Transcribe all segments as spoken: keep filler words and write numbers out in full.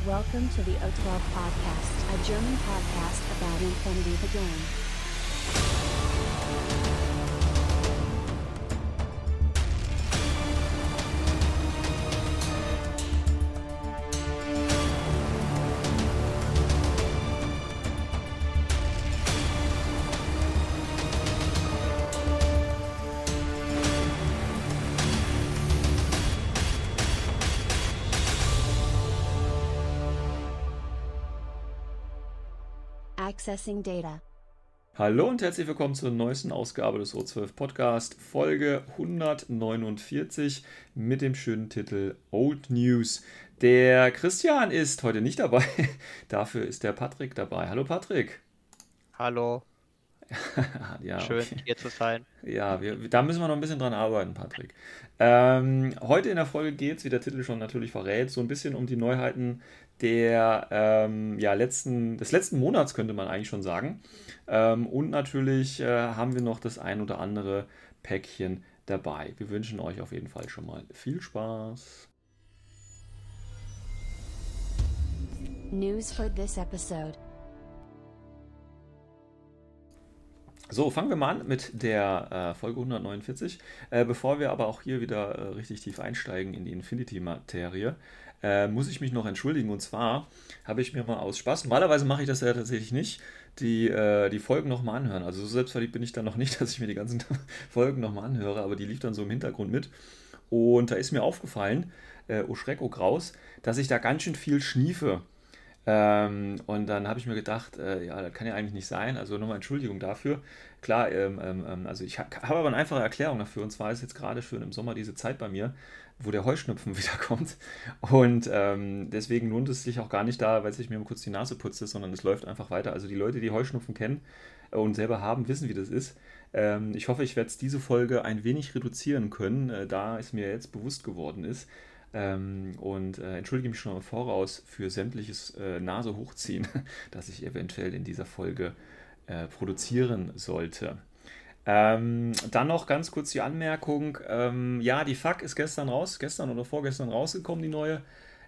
Welcome to the O twelve Podcast, a German podcast about Infinity the game. Accessing Data. Hallo und herzlich willkommen zur neuesten Ausgabe des O zwölf Podcast, Folge hundertneunundvierzig mit dem schönen Titel Old News. Der Christian ist heute nicht dabei, dafür ist der Patrick dabei. Hallo Patrick. Hallo, Ja, schön okay. hier zu sein. Ja, wir, da müssen wir noch ein bisschen dran arbeiten, Patrick. Ähm, heute in der Folge geht es, wie der Titel schon natürlich verrät, so ein bisschen um die Neuheiten der ähm, ja, letzten, des letzten Monats, könnte man eigentlich schon sagen. Ähm, und natürlich äh, haben wir noch das ein oder andere Päckchen dabei. Wir wünschen euch auf jeden Fall schon mal viel Spaß. News for this episode. So, fangen wir mal an mit der äh, Folge hundertneunundvierzig. Äh, bevor wir aber auch hier wieder äh, richtig tief einsteigen in die Infinity-Materie, äh, muss ich mich noch entschuldigen. Und zwar habe ich mir mal aus Spaß, normalerweise mache ich das ja tatsächlich nicht, die, äh, die Folgen nochmal anhören. Also so selbstverliebt bin ich dann noch nicht, dass ich mir die ganzen Folgen nochmal anhöre, aber die lief dann so im Hintergrund mit. Und da ist mir aufgefallen, äh, oh Schreck, oh Graus, dass ich da ganz schön viel schniefe. Ähm, und dann habe ich mir gedacht, äh, ja, das kann ja eigentlich nicht sein, also nochmal Entschuldigung dafür. Klar, ähm, ähm, also ich ha habe aber eine einfache Erklärung dafür, und zwar ist jetzt gerade schön im Sommer diese Zeit bei mir, wo der Heuschnupfen wiederkommt, und ähm, deswegen lohnt es sich auch gar nicht da, weil ich mir mal kurz die Nase putze, sondern es läuft einfach weiter. Also die Leute, die Heuschnupfen kennen und selber haben, wissen, wie das ist. Ähm, ich hoffe, ich werde diese Folge ein wenig reduzieren können, äh, da es mir jetzt bewusst geworden ist. Ähm, und äh, entschuldige mich schon im Voraus für sämtliches äh, Nase hochziehen, das ich eventuell in dieser Folge äh, produzieren sollte. Ähm, dann noch ganz kurz die Anmerkung, ähm, ja, die F A Q ist gestern raus, gestern oder vorgestern rausgekommen, die neue.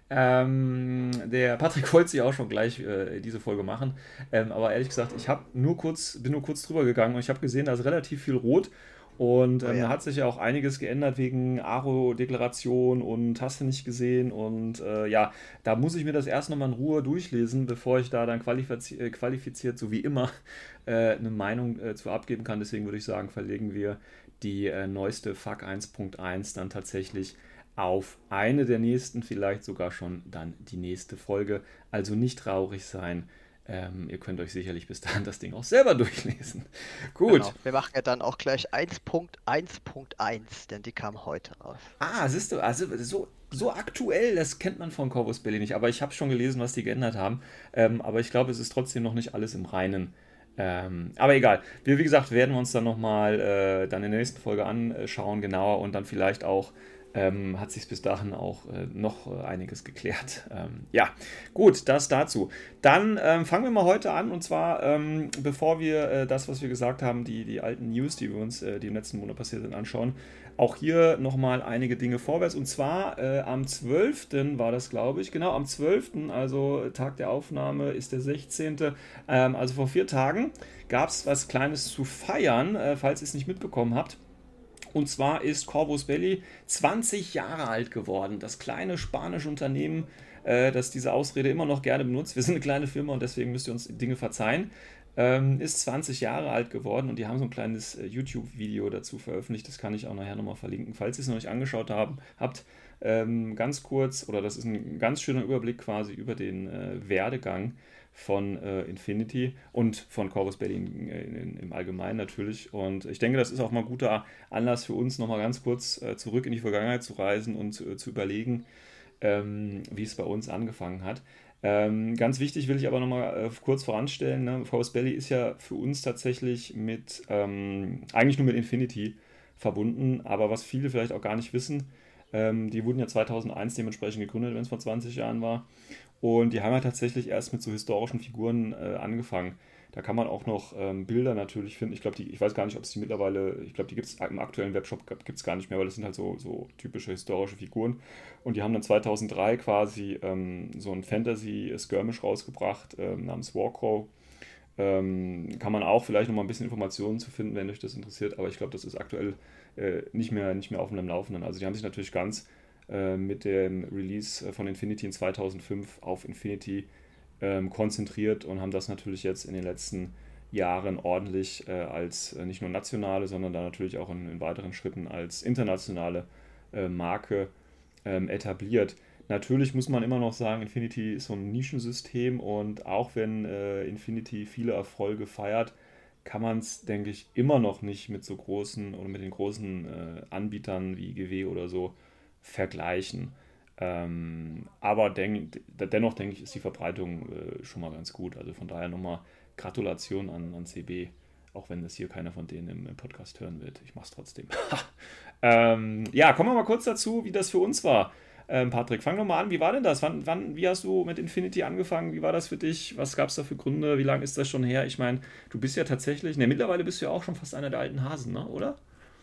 Ähm, der Patrick wollte sie auch schon gleich äh, diese Folge machen, ähm, aber ehrlich gesagt, ich hab nur kurz, bin nur kurz drüber gegangen und ich habe gesehen, da ist relativ viel rot. Und Oh ähm, da ja. hat sich ja auch einiges geändert wegen A R O-Deklaration und hast du nicht gesehen. Und äh, ja, da muss ich mir das erst nochmal in Ruhe durchlesen, bevor ich da dann qualifiziert, äh, qualifiziert so wie immer, äh, eine Meinung äh, zu abgeben kann. Deswegen würde ich sagen, verlegen wir die äh, neueste F A Q eins Punkt eins dann tatsächlich auf eine der nächsten, vielleicht sogar schon dann die nächste Folge. Also nicht traurig sein. Ähm, ihr könnt euch sicherlich bis dahin das Ding auch selber durchlesen. Gut. Genau. Wir machen ja dann auch gleich eins Punkt eins Punkt eins, denn die kam heute raus. Ah, siehst du, also so, so aktuell, das kennt man von Corvus Belli nicht. Aber ich habe schon gelesen, was die geändert haben. Ähm, aber ich glaube, es ist trotzdem noch nicht alles im Reinen. Ähm, aber egal. Wir, wie gesagt, werden wir uns dann nochmal äh, dann in der nächsten Folge anschauen, genauer, und dann vielleicht auch ähm, hat sich bis dahin auch äh, noch äh, einiges geklärt. Ähm, ja, gut, das dazu. Dann ähm, fangen wir mal heute an, und zwar, ähm, bevor wir äh, das, was wir gesagt haben, die, die alten News, die wir uns, äh, die im letzten Monat passiert sind, anschauen, auch hier nochmal einige Dinge vorwärts. Und zwar äh, am zwölften war das, glaube ich, genau, am zwölften, also Tag der Aufnahme ist der sechzehnte Ähm, also vor vier Tagen, gab es was Kleines zu feiern, äh, falls ihr es nicht mitbekommen habt. Und zwar ist Corvus Belli zwanzig Jahre alt geworden. Das kleine spanische Unternehmen, äh, das diese Ausrede immer noch gerne benutzt. Wir sind eine kleine Firma und deswegen müsst ihr uns Dinge verzeihen. Ähm, ist zwanzig Jahre alt geworden, und die haben so ein kleines äh, YouTube-Video dazu veröffentlicht. Das kann ich auch nachher nochmal verlinken, falls ihr es noch nicht angeschaut haben, habt. Ähm, ganz kurz, oder das ist ein ganz schöner Überblick quasi über den äh, Werdegang von äh, Infinity und von Corvus Belli in, in, im Allgemeinen natürlich. Und ich denke, das ist auch mal ein guter Anlass für uns, nochmal ganz kurz äh, zurück in die Vergangenheit zu reisen und äh, zu überlegen, ähm, wie es bei uns angefangen hat. Ähm, ganz wichtig will ich aber nochmal äh, kurz voranstellen, ne? Corvus Belli ist ja für uns tatsächlich mit, ähm, eigentlich nur mit Infinity verbunden, aber was viele vielleicht auch gar nicht wissen, Ähm, die wurden ja zweitausendeins dementsprechend gegründet, wenn es vor zwanzig Jahren war. Und die haben ja tatsächlich erst mit so historischen Figuren äh, angefangen. Da kann man auch noch ähm, Bilder natürlich finden. Ich glaube, die, ich weiß gar nicht, ob es die mittlerweile, ich glaube, die gibt es im aktuellen Webshop gibt es gar nicht mehr, weil das sind halt so, so typische historische Figuren. Und die haben dann zweitausenddrei quasi ähm, so ein Fantasy-Skirmish rausgebracht ähm, namens Warcrow. Ähm, kann man auch vielleicht noch mal ein bisschen Informationen zu finden, wenn euch das interessiert, aber ich glaube, das ist aktuell äh, nicht mehr, nicht mehr auf dem Laufenden. Also die haben sich natürlich ganz äh, mit dem Release von Infinity in zweitausendfünf auf Infinity ähm, konzentriert und haben das natürlich jetzt in den letzten Jahren ordentlich äh, als äh, nicht nur nationale, sondern dann natürlich auch in, in weiteren Schritten als internationale äh, Marke ähm, etabliert. Natürlich muss man immer noch sagen, Infinity ist so ein Nischensystem und auch wenn äh, Infinity viele Erfolge feiert, kann man es, denke ich, immer noch nicht mit so großen oder mit den großen äh, Anbietern wie G W oder so vergleichen. Ähm, aber denk, dennoch denke ich, ist die Verbreitung äh, schon mal ganz gut. Also von daher nochmal Gratulation an, an C B, auch wenn das hier keiner von denen im, im Podcast hören wird. Ich mache es trotzdem. ähm, ja, kommen wir mal kurz dazu, wie das für uns war. Ähm, Patrick, fang doch mal an. Wie war denn das? Wann, wann, wie hast du mit Infinity angefangen? Wie war das für dich? Was gab es da für Gründe? Wie lange ist das schon her? Ich meine, du bist ja tatsächlich, ne, mittlerweile bist du ja auch schon fast einer der alten Hasen, ne? Oder?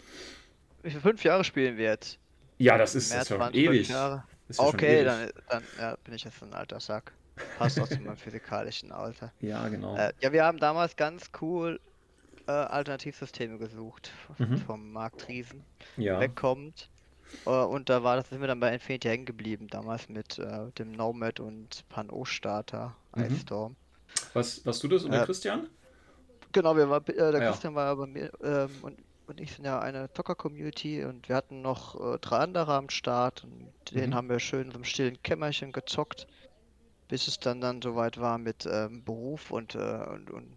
Wie viele fünf Jahre spielen wir jetzt? Ja, das ist, Im das ist März ja schon waren es fünf ewig. Jahre. Das ist ja schon Okay, ewig. dann, dann ja, bin ich jetzt ein alter Sack. Passt auch zu meinem physikalischen Alter. Ja, genau. Äh, ja, wir haben damals ganz cool äh, Alternativsysteme gesucht Mhm. vom Markt Riesen. Ja. Wegkommt. Äh, und da war das, sind wir dann bei Infinity hängen geblieben, damals mit äh, dem Nomad und Pan-O-Starter, Mhm. Ice Storm. Was, was du das und der Äh, Christian? Genau, wir war, äh, der Ah, ja. Christian war ja bei mir ähm, und, und ich sind ja eine Zocker-Community und wir hatten noch äh, drei andere am Start und den Mhm. haben wir schön in so einem stillen Kämmerchen gezockt, bis es dann dann soweit war mit ähm, Beruf und, äh, und, und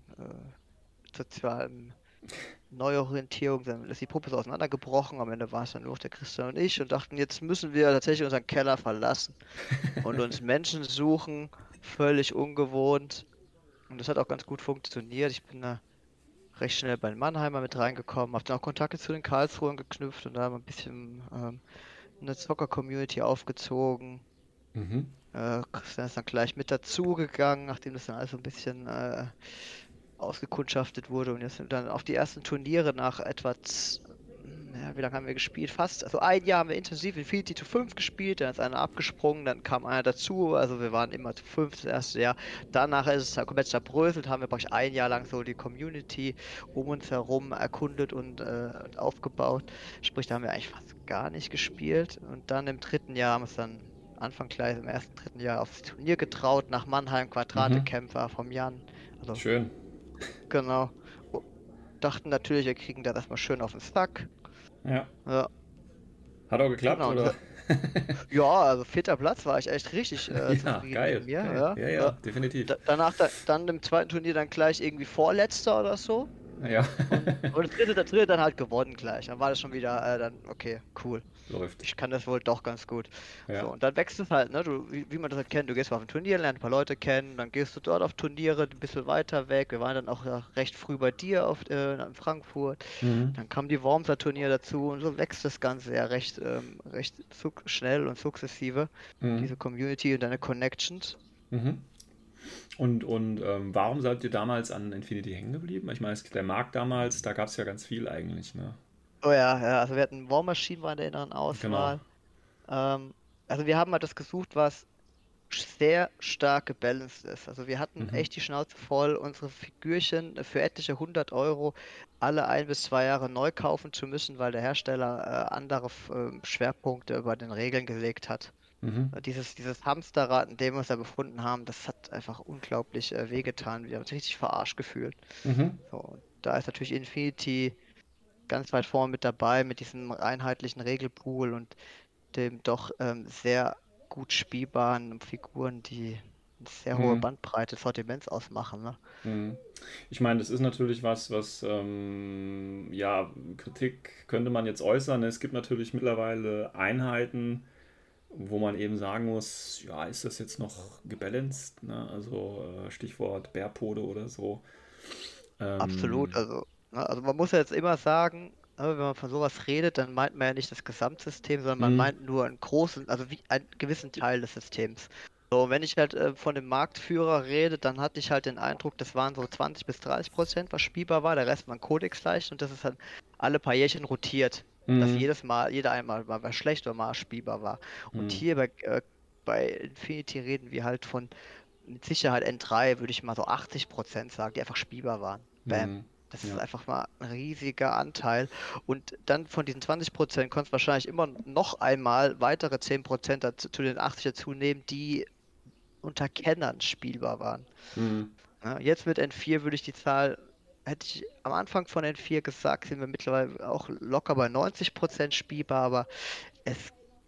äh, sozialem Neuorientierung. Dann ist die Puppe so auseinandergebrochen. Am Ende war es dann nur noch der Christian und ich und dachten, jetzt müssen wir tatsächlich unseren Keller verlassen und uns Menschen suchen, völlig ungewohnt. Und das hat auch ganz gut funktioniert. Ich bin da recht schnell bei den Mannheimer mit reingekommen, habe dann auch Kontakte zu den Karlsruhern geknüpft und da haben wir ein bisschen ähm, eine Zocker-Community aufgezogen. Mhm. Äh, Christian ist dann gleich mit dazugegangen, nachdem das dann alles so ein bisschen äh, ausgekundschaftet wurde und jetzt sind dann auf die ersten Turniere nach etwa, z- ja, wie lange haben wir gespielt? Fast, also ein Jahr haben wir intensiv Infinity zu fünf gespielt, dann ist einer abgesprungen, dann kam einer dazu, also wir waren immer zu fünf das erste Jahr. Danach ist es halt komplett zerbröselt, haben wir praktisch ein Jahr lang so die Community um uns herum erkundet und äh, aufgebaut. Sprich, da haben wir eigentlich fast gar nicht gespielt und dann im dritten Jahr haben wir es dann Anfang gleich im ersten, dritten Jahr aufs Turnier getraut, nach Mannheim, Quadratekämpfer vom Jan. Also Schön. genau. O- Dachten natürlich, wir kriegen das erstmal schön auf den Sack. Ja. Ja, Hat auch geklappt, genau. Und oder? das, ja, also vierter Platz war ich echt richtig äh, Ja, zufrieden geil. mit mir. Geil. Ja, Ja, ja, ja. definitiv. Da, danach da, dann im zweiten Turnier dann gleich irgendwie Vorletzter oder so. Ja. Und, und das dritte, der dritte dann halt gewonnen gleich. Dann war das schon wieder, äh, dann, okay, cool. Läuft. Ich kann das wohl doch ganz gut. Ja. So, und dann wächst es halt, ne? Du, wie, wie man das halt kennt, du gehst mal auf ein Turnier, lernst ein paar Leute kennen, dann gehst du dort auf Turniere, ein bisschen weiter weg. Wir waren dann auch ja, recht früh bei dir auf, äh, in Frankfurt. Mhm. Dann kam die Wormser Turnier dazu und so wächst das Ganze ja recht, ähm, recht suk- schnell und sukzessive. Mhm. Diese Community und deine Connections. Mhm. Und, und ähm, warum seid ihr damals an Infinity hängen geblieben? Ich meine, es- der Markt damals, da gab es ja ganz viel eigentlich, ne? Oh ja, ja, also wir hatten War Machine war in der inneren Genau. Auswahl. Ähm, also wir haben halt das gesucht, was sehr stark gebalanced ist. Also wir hatten Mhm. echt die Schnauze voll, unsere Figürchen für etliche hundert Euro alle ein bis zwei Jahre neu kaufen zu müssen, weil der Hersteller äh, andere äh, Schwerpunkte bei den Regeln gelegt hat. Mhm. Äh, Dieses, dieses Hamsterrad, in dem wir uns da befunden haben, das hat einfach unglaublich äh, wehgetan. Wir haben uns richtig verarscht gefühlt. Mhm. So, und da ist natürlich Infinity ganz weit vorne mit dabei, mit diesem einheitlichen Regelpool und dem doch ähm, sehr gut spielbaren Figuren, die eine sehr hohe Mhm. Bandbreite Sortiments ausmachen. Ne? Mhm. Ich meine, das ist natürlich was, was, ähm, ja, Kritik könnte man jetzt äußern. Es gibt natürlich mittlerweile Einheiten, wo man eben sagen muss, ja, ist das jetzt noch gebalanced? Ne? Also äh, Stichwort Bärpode oder so. Absolut. Ähm, Also, ne? Also man muss ja jetzt immer sagen, aber wenn man von sowas redet, dann meint man ja nicht das Gesamtsystem, sondern man Mhm. meint nur einen großen, also wie einen gewissen Teil des Systems. So, und wenn ich halt äh, von dem Marktführer rede, dann hatte ich halt den Eindruck, das waren so zwanzig bis dreißig Prozent, was spielbar war, der Rest war Codex-leicht und das ist halt alle paar Jährchen rotiert. Dass Mhm. jedes Mal, jeder einmal mal was schlecht oder mal spielbar war. Und Mhm. hier bei, äh, bei Infinity reden wir halt von mit Sicherheit N drei, würde ich mal so achtzig Prozent sagen, die einfach spielbar waren. Bam. Mhm. Das ist Ja. einfach mal ein riesiger Anteil. Und dann von diesen zwanzig Prozent konntest du wahrscheinlich immer noch einmal weitere zehn Prozent dazu, zu den achtzig dazu nehmen, die unter Kennern spielbar waren. Mhm. Ja, jetzt mit N vier würde ich die Zahl, hätte ich am Anfang von N vier gesagt, sind wir mittlerweile auch locker bei neunzig Prozent spielbar, aber es,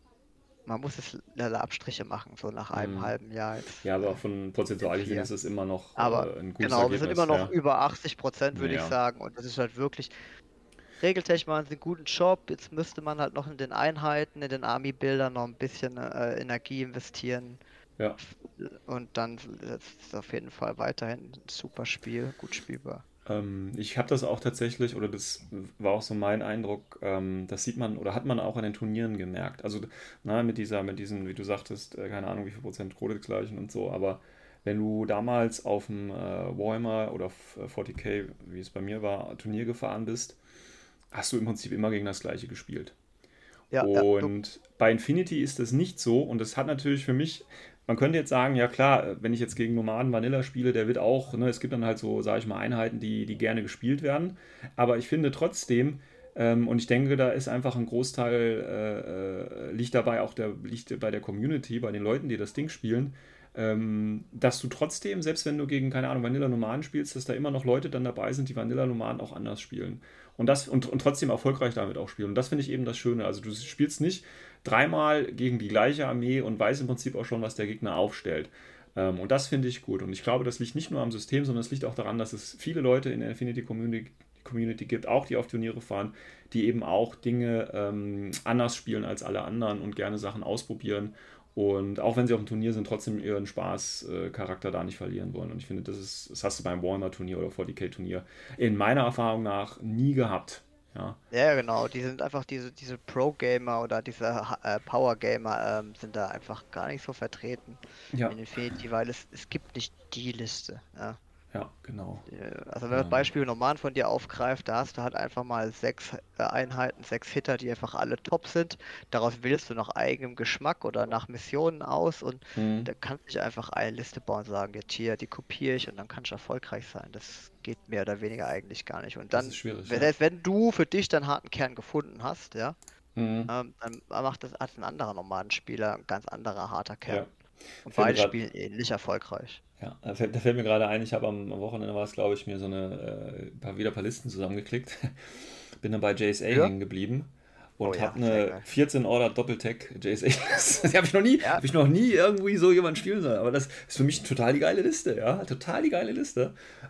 man muss es leider Abstriche machen, so nach einem Mhm. halben Jahr jetzt Ja, aber äh, von prozentual gesehen N vier. ist es immer noch Aber äh, ein gutes genau, wir sind immer Ergebnis, noch ja. über achtzig Prozent, würde ich Ja. sagen. Und das ist halt wirklich, regeltechnisch machen sie einen guten Job. Jetzt müsste man halt noch in den Einheiten, in den Army-Bildern noch ein bisschen äh, Energie investieren. Ja. Und dann ist es auf jeden Fall weiterhin ein super Spiel, gut spielbar. Ähm, ich habe das auch tatsächlich, oder das war auch so mein Eindruck, ähm, das sieht man oder hat man auch an den Turnieren gemerkt. Also, na, mit dieser, mit diesen, wie du sagtest, äh, keine Ahnung, wie viel Prozent Codex gleichen und so, aber wenn du damals auf dem äh, Warhammer oder vierzig K, wie es bei mir war, Turnier gefahren bist, hast du im Prinzip immer gegen das gleiche gespielt. Ja, ja, jo. Und bei Infinity ist das nicht so und das hat natürlich für mich, man könnte jetzt sagen, ja klar, wenn ich jetzt gegen Nomaden Vanilla spiele, der wird auch, ne, es gibt dann halt so, sage ich mal, Einheiten, die, die gerne gespielt werden, aber ich finde trotzdem, ähm, und ich denke, da ist einfach ein Großteil, äh, äh, liegt dabei auch der, liegt bei der Community, bei den Leuten, die das Ding spielen, ähm, dass du trotzdem, selbst wenn du gegen, keine Ahnung, Vanilla-Nomaden spielst, dass da immer noch Leute dann dabei sind, die Vanilla-Nomaden auch anders spielen. Und, das, und, und trotzdem erfolgreich damit auch spielen. Und das finde ich eben das Schöne. Also du spielst nicht dreimal gegen die gleiche Armee und weißt im Prinzip auch schon, was der Gegner aufstellt. Ähm, und das finde ich gut. Und ich glaube, das liegt nicht nur am System, sondern es liegt auch daran, dass es viele Leute in der Infinity Community, Community gibt, auch die auf Turniere fahren, die eben auch Dinge ähm, anders spielen als alle anderen und gerne Sachen ausprobieren. Und auch wenn sie auf dem Turnier sind, trotzdem ihren Spaß-Charakter da nicht verlieren wollen. Und ich finde, das ist, das hast du beim Warhammer-Turnier oder vierzig K-Turnier in meiner Erfahrung nach nie gehabt. Ja, Ja, genau. Die sind einfach diese, diese Pro-Gamer oder diese äh, Power-Gamer ähm, sind da einfach gar nicht so vertreten ja, in Infinity, weil es, es gibt nicht die Liste. Ja. ja, genau. Äh, Also wenn man das Ähm, Beispiel Noman von dir aufgreift, da hast du halt einfach mal sechs äh, Einheiten, sechs Hitter, die einfach alle top sind. Daraus wählst du nach eigenem Geschmack oder nach Missionen aus und hm, da kannst du nicht einfach eine Liste bauen und sagen, jetzt hier, die kopiere ich und dann kannst du erfolgreich sein. Das geht mehr oder weniger eigentlich gar nicht. Und das ist dann, schwierig, wenn- ja. selbst wenn du für dich deinen harten Kern gefunden hast, ja, Hm, ähm, dann macht das als ein anderer Nomadenspieler ein ganz anderer harter ja. Kern. Und Fällt mir beide gerade spielen ähnlich erfolgreich. ja, da fällt, da fällt mir gerade ein, ich habe am, am Wochenende war es, glaube ich, mir so eine äh, paar, wieder ein paar Listen zusammengeklickt. Bin dann bei J S A Ja? hängen geblieben Oh und habe ja, sehr eine geil. vierzehn Order Doppeltech J S A. Die habe ich noch nie, Ja, habe ich noch nie irgendwie so jemand spielen sollen. Aber das ist für mich total die geile Liste, ja, total die geile Liste.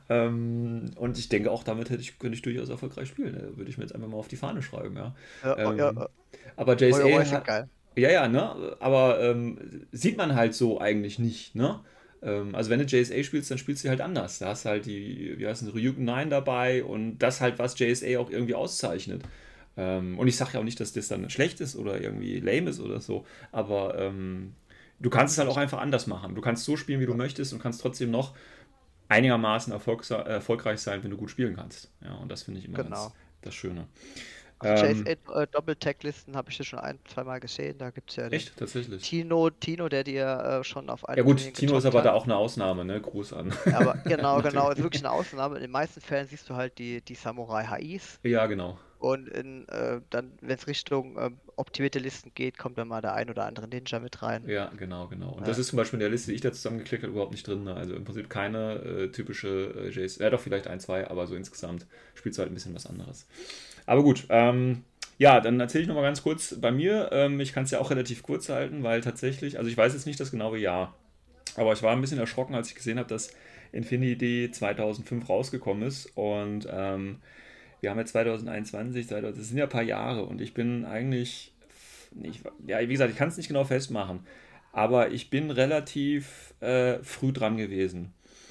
Ähm, und ich denke auch, damit hätte ich, könnte ich durchaus erfolgreich spielen. Da würde ich mir jetzt einfach mal auf die Fahne schreiben, ja. ja, oh, ja, Ähm, oh, aber oh, ja, oh, J S A sind hat, geil. ja, ja, ne? Aber ähm, sieht man halt so eigentlich nicht, ne? Ähm, also wenn du J S A spielst, dann spielst du halt anders. Da hast du halt die, wie heißt es, Ryuken neun dabei und das halt, was J S A auch irgendwie auszeichnet. Ähm, und ich sage ja auch nicht, dass das dann schlecht ist oder irgendwie lame ist oder so, aber ähm, du kannst es halt auch einfach anders machen. Du kannst so spielen, wie du möchtest und kannst trotzdem noch einigermaßen erfolgs erfolgreich sein, wenn du gut spielen kannst. Ja, und das finde ich immer ganz Genau. das Schöne. Also Ähm, J S A äh, Doppeltag-Listen habe ich ja schon ein, zwei Mal gesehen. Da gibt es ja den echt, tatsächlich. Tino, Tino, der dir äh, schon auf Ja einigen gut, Turnieren Tino ist getoppt aber hat. da auch eine Ausnahme, ne? Gruß an. Aber genau, genau, Natürlich. ist wirklich eine Ausnahme. In den meisten Fällen siehst du halt die, die Samurai H Is. Ja, genau. Und in, äh, dann, wenn es Richtung ähm, optimierte Listen geht, kommt dann mal der ein oder andere Ninja mit rein. Ja, genau, genau. Und das Äh, ist zum Beispiel in der Liste, die ich da zusammengeklickt habe, überhaupt nicht drin. Ne? Also im Prinzip keine äh, typische äh, J S. Ja, doch, vielleicht ein, zwei, aber so insgesamt spielst du halt ein bisschen was anderes. Aber gut, ähm, ja, dann erzähle ich nochmal ganz kurz bei mir. Ähm, ich kann es ja auch relativ kurz halten, weil tatsächlich, also ich weiß jetzt nicht das genaue Jahr, aber ich war ein bisschen erschrocken, als ich gesehen habe, dass Infinity zweitausendfünf rausgekommen ist. Und ähm, wir haben jetzt zwanzig einundzwanzig, zweitausend, das sind ja ein paar Jahre und ich bin eigentlich, nicht, ja, wie gesagt, ich kann es nicht genau festmachen, aber ich bin relativ äh, früh dran gewesen,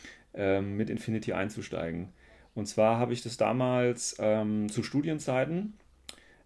ähm, mit Infinity einzusteigen. Und zwar habe ich das damals ähm, zu Studienzeiten.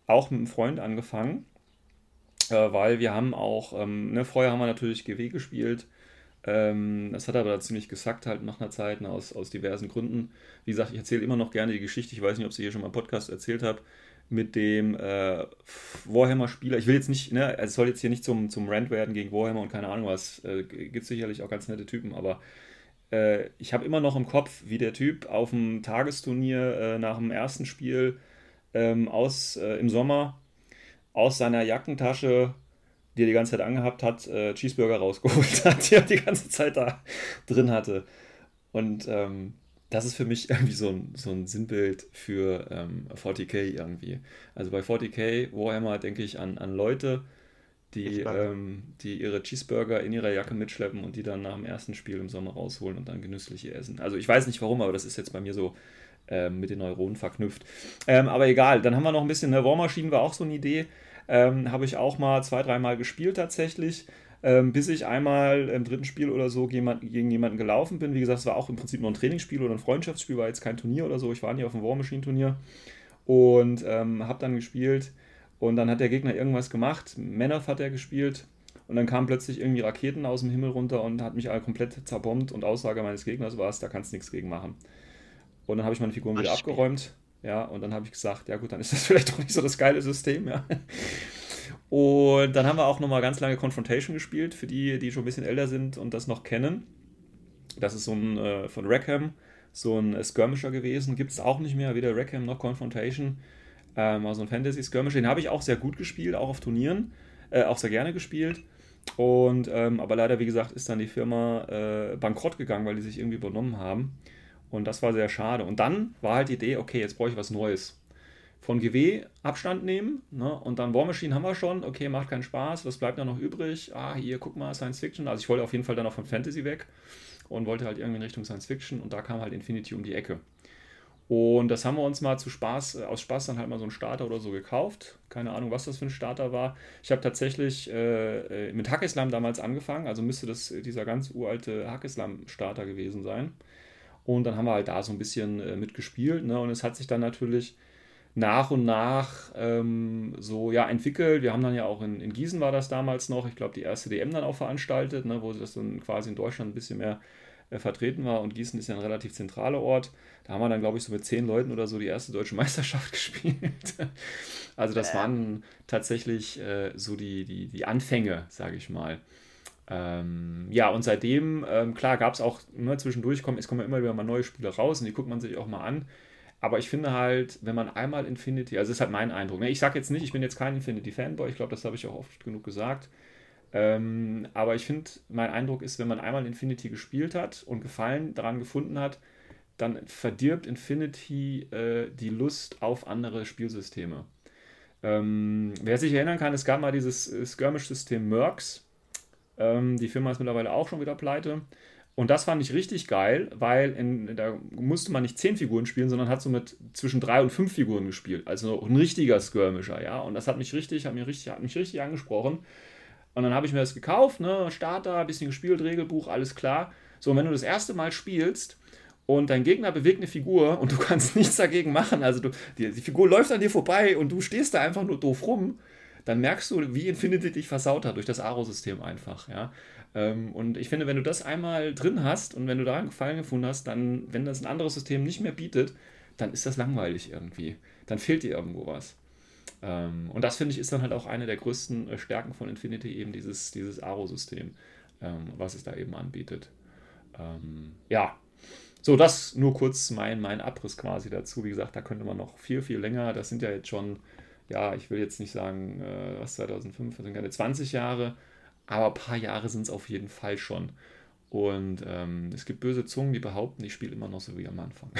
auch mit einem Freund angefangen, äh, weil wir haben auch, ähm, ne, vorher haben wir natürlich G W gespielt. Ähm, das hat aber ziemlich gesackt halt nach einer Zeit, ne, aus, aus diversen Gründen. Wie gesagt, ich erzähle immer noch gerne die Geschichte, ich weiß nicht, ob ich sie hier schon mal im Podcast erzählt habe, mit dem äh, Warhammer-Spieler. Ich will jetzt nicht, ne, also es soll jetzt hier nicht zum, zum Rant werden gegen Warhammer und keine Ahnung was. Äh, gibt sicherlich auch ganz nette Typen, aber äh, ich habe immer noch im Kopf, wie der Typ auf dem Tagesturnier äh, nach dem ersten Spiel ähm, aus, äh, im Sommer aus seiner Jackentasche, die er die ganze Zeit angehabt hat, äh, Cheeseburger rausgeholt hat, die er die ganze Zeit da drin hatte. Und ähm, das ist für mich irgendwie so ein, so ein Sinnbild für ähm, vierzig K irgendwie. Also bei vierzig K Warhammer denke ich an, an Leute, die, Cheeseburger. ähm, die ihre Cheeseburger in ihrer Jacke mitschleppen und die dann nach dem ersten Spiel im Sommer rausholen und dann genüsslich essen. Also ich weiß nicht warum, aber das ist jetzt bei mir so ähm, mit den Neuronen verknüpft. Ähm, aber egal, dann haben wir noch ein bisschen, ne, War Machine war auch so eine Idee. Ähm, habe ich auch mal zwei, dreimal gespielt tatsächlich, ähm, bis ich einmal im dritten Spiel oder so gegen, gegen jemanden gelaufen bin. Wie gesagt, es war auch im Prinzip nur ein Trainingsspiel oder ein Freundschaftsspiel, war jetzt kein Turnier oder so. Ich war nie auf dem War Machine Turnier und ähm, habe dann gespielt und dann hat der Gegner irgendwas gemacht. Manoff hat er gespielt und dann kamen plötzlich irgendwie Raketen aus dem Himmel runter und hat mich alle komplett zerbombt und Aussage meines Gegners war es, da kannst du nichts gegen machen. Und dann habe ich meine Figuren wieder Arschspiel. abgeräumt. Ja, und dann habe ich gesagt, ja gut, dann ist das vielleicht doch nicht so das geile System, ja. Und dann haben wir auch nochmal ganz lange Confrontation gespielt, für die, die schon ein bisschen älter sind und das noch kennen. Das ist so ein äh, von Rackham, so ein äh, Skirmisher gewesen. Gibt es auch nicht mehr, weder Rackham noch Confrontation. Ähm, also ein Fantasy-Skirmisher. Den habe ich auch sehr gut gespielt, auch auf Turnieren. Äh, auch sehr gerne gespielt. Und ähm, aber leider, wie gesagt, ist dann die Firma äh, bankrott gegangen, weil die sich irgendwie übernommen haben. Und das war sehr schade. Und dann war halt die Idee, okay, jetzt brauche ich was Neues. Von G W Abstand nehmen, ne? Und dann War Machine haben wir schon, okay, macht keinen Spaß, was bleibt da noch übrig? Ah, hier, guck mal, Science Fiction. Also ich wollte auf jeden Fall dann auch von Fantasy weg und wollte halt irgendwie in Richtung Science Fiction und da kam halt Infinity um die Ecke. Und das haben wir uns mal zu Spaß, äh, aus Spaß dann halt mal so einen Starter oder so gekauft. Keine Ahnung, was das für ein Starter war. Ich habe tatsächlich äh, äh, mit Hackislam damals angefangen, also müsste das äh, dieser ganz uralte Hackislam-Starter gewesen sein. Und dann haben wir halt da so ein bisschen äh, mitgespielt, ne? Und es hat sich dann natürlich nach und nach ähm, so ja entwickelt. Wir haben dann ja auch in, in Gießen war das damals noch, ich glaube die erste D M dann auch veranstaltet, ne, wo das dann quasi in Deutschland ein bisschen mehr äh, vertreten war und Gießen ist ja ein relativ zentraler Ort. Da haben wir dann glaube ich so mit zehn Leuten oder so die erste deutsche Meisterschaft gespielt. Also das waren tatsächlich äh, so die, die, die Anfänge, sage ich mal. Ähm, ja, und seitdem, ähm, klar, gab es auch, ne, zwischendurch, kommen, es kommen ja immer wieder mal neue Spiele raus und die guckt man sich auch mal an. Aber ich finde halt, wenn man einmal Infinity, also das ist halt mein Eindruck, ne? Ich sage jetzt nicht, ich bin jetzt kein Infinity-Fanboy, ich glaube, das habe ich auch oft genug gesagt. Ähm, aber ich finde, mein Eindruck ist, wenn man einmal Infinity gespielt hat und Gefallen daran gefunden hat, dann verdirbt Infinity äh, die Lust auf andere Spielsysteme. Ähm, wer sich erinnern kann, es gab mal dieses äh, Skirmish-System Mercs. Ähm, die Firma ist mittlerweile auch schon wieder pleite. Und das fand ich richtig geil, weil in, da musste man nicht zehn Figuren spielen, sondern hat so mit zwischen drei und fünf Figuren gespielt. Also ein richtiger Skirmisher, ja. Und das hat mich richtig, hat mich richtig, hat mich richtig angesprochen. Und dann habe ich mir das gekauft, ne, Starter, ein bisschen gespielt, Regelbuch, alles klar. So, und wenn du das erste Mal spielst und dein Gegner bewegt eine Figur und du kannst nichts dagegen machen, also du, die, die Figur läuft an dir vorbei und du stehst da einfach nur doof rum, dann merkst du, wie Infinity dich versaut hat durch das Aro-System einfach, ja. Ähm, und ich finde, wenn du das einmal drin hast und wenn du daran Gefallen gefunden hast, dann, wenn das ein anderes System nicht mehr bietet, dann ist das langweilig irgendwie. Dann fehlt dir irgendwo was. Ähm, und das, finde ich, ist dann halt auch eine der größten äh, Stärken von Infinity, eben dieses, dieses Aro-System, ähm, was es da eben anbietet. Ähm, ja, so, das nur kurz mein, mein Abriss quasi dazu. Wie gesagt, da könnte man noch viel, viel länger, das sind ja jetzt schon, ja, ich will jetzt nicht sagen, äh, was zweitausendfünf, das sind keine zwanzig Jahre, aber ein paar Jahre sind es auf jeden Fall schon. Und ähm, es gibt böse Zungen, die behaupten, ich spiele immer noch so wie am Anfang.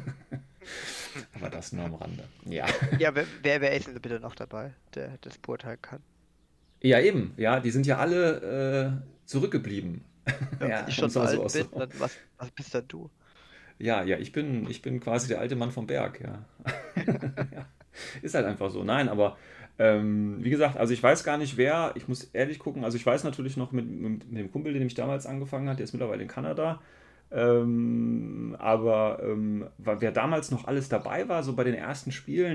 Aber das nur am Rande. Ja. Ja, wer, wer, wer ist denn bitte noch dabei, der das beurteilen kann? Ja, eben. Ja, die sind ja alle äh, zurückgeblieben. Ja, Ja, wenn ich um schon es so mal so alt bin, auszudrücken. dann was, was bist dann du? Ja, ja, ich bin, ich bin quasi der alte Mann vom Berg, ja. Ja. Ist halt einfach so. Nein, aber ähm, wie gesagt, also ich weiß gar nicht, wer, ich muss ehrlich gucken, also ich weiß natürlich noch mit, mit, mit dem Kumpel, der mich damals angefangen hat, der ist mittlerweile in Kanada. Ähm, aber ähm, wa- wer damals noch alles dabei war, so bei den ersten Spielen,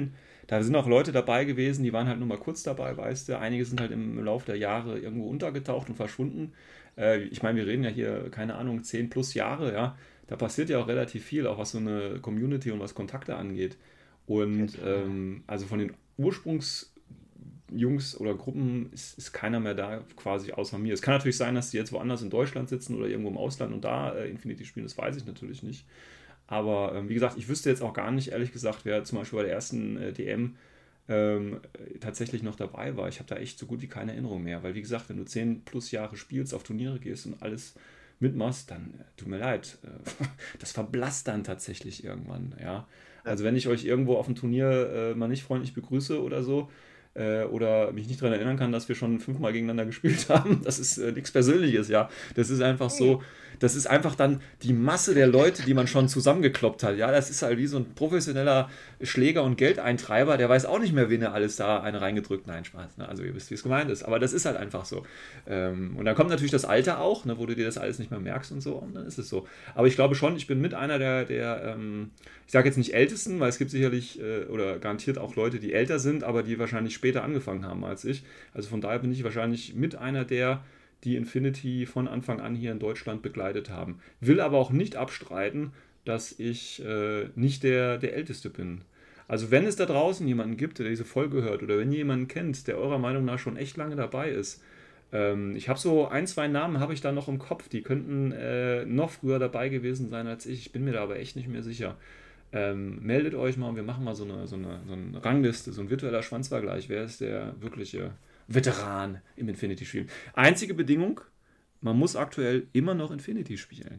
Da sind auch Leute dabei gewesen, die waren halt nur mal kurz dabei, weißt du. Einige sind halt im Laufe der Jahre irgendwo untergetaucht und verschwunden. Äh, ich meine, wir reden ja hier, keine Ahnung, zehn plus Jahre, ja. Da passiert ja auch relativ viel, auch was so eine Community und was Kontakte angeht. Und ähm, also von den Ursprungs- Jungs oder Gruppen ist, ist keiner mehr da quasi außer mir. Es kann natürlich sein, dass die jetzt woanders in Deutschland sitzen oder irgendwo im Ausland und da äh, Infinity spielen, das weiß ich natürlich nicht. Aber ähm, wie gesagt, ich wüsste jetzt auch gar nicht, ehrlich gesagt, wer zum Beispiel bei der ersten äh, D M ähm, tatsächlich noch dabei war. Ich habe da echt so gut wie keine Erinnerung mehr, weil wie gesagt, wenn du zehn plus Jahre spielst, auf Turniere gehst und alles mitmachst, dann äh, tut mir leid, äh, das verblasst dann tatsächlich irgendwann, ja. Also wenn ich euch irgendwo auf dem Turnier äh, mal nicht freundlich begrüße oder so, äh, oder mich nicht daran erinnern kann, dass wir schon fünfmal gegeneinander gespielt haben. Das ist äh, nichts Persönliches, ja. Das ist einfach so, das ist einfach dann die Masse der Leute, die man schon zusammengekloppt hat. Ja, das ist halt wie so ein professioneller Schläger und Geldeintreiber, der weiß auch nicht mehr, wen er alles da eine reingedrückt. Nein, Spaß. Ne? Also ihr wisst, wie es gemeint ist. Aber das ist halt einfach so. Ähm, und dann kommt natürlich das Alter auch, ne, wo du dir das alles nicht mehr merkst und so. Und dann ist es so. Aber ich glaube schon, ich bin mit einer der, der ähm, ich sage jetzt nicht ältesten, weil es gibt sicherlich äh, oder garantiert auch Leute, die älter sind, aber die wahrscheinlich später angefangen haben als ich. Also von daher bin ich wahrscheinlich mit einer der, die Infinity von Anfang an hier in Deutschland begleitet haben. Will aber auch nicht abstreiten, dass ich äh, nicht der, der Älteste bin. Also wenn es da draußen jemanden gibt, der diese Folge hört oder wenn ihr jemanden kennt, der eurer Meinung nach schon echt lange dabei ist, ähm, ich habe so ein, zwei Namen habe ich da noch im Kopf, die könnten äh, noch früher dabei gewesen sein als ich. Ich bin mir da aber echt nicht mehr sicher. Ähm, meldet euch mal und wir machen mal so eine, so, eine, so eine Rangliste, so ein virtueller Schwanzvergleich. Wer ist der wirkliche Veteran im Infinity-Spiel? Einzige Bedingung, man muss aktuell immer noch Infinity spielen.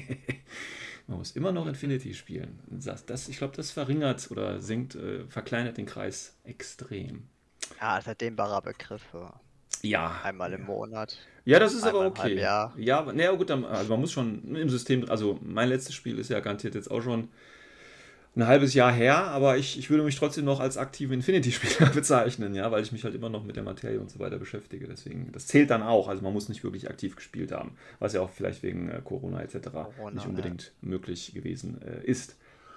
Man muss immer noch Infinity spielen. Das, das, ich glaube, das verringert oder senkt, äh, verkleinert den Kreis extrem. Ja, als dehnbarer Begriff. Ja. Einmal im Monat. Ja, das ist aber einmal im okay. Jahr. Ja, naja, gut, dann, also man muss schon im System, also mein letztes Spiel ist ja garantiert jetzt auch schon ein halbes Jahr her, aber ich, ich würde mich trotzdem noch als aktiven Infinity-Spieler bezeichnen, ja, weil ich mich halt immer noch mit der Materie und so weiter beschäftige. Deswegen, das zählt dann auch. Also man muss nicht wirklich aktiv gespielt haben, was ja auch vielleicht wegen äh, Corona et cetera Corona, nicht unbedingt ja. möglich gewesen äh, ist.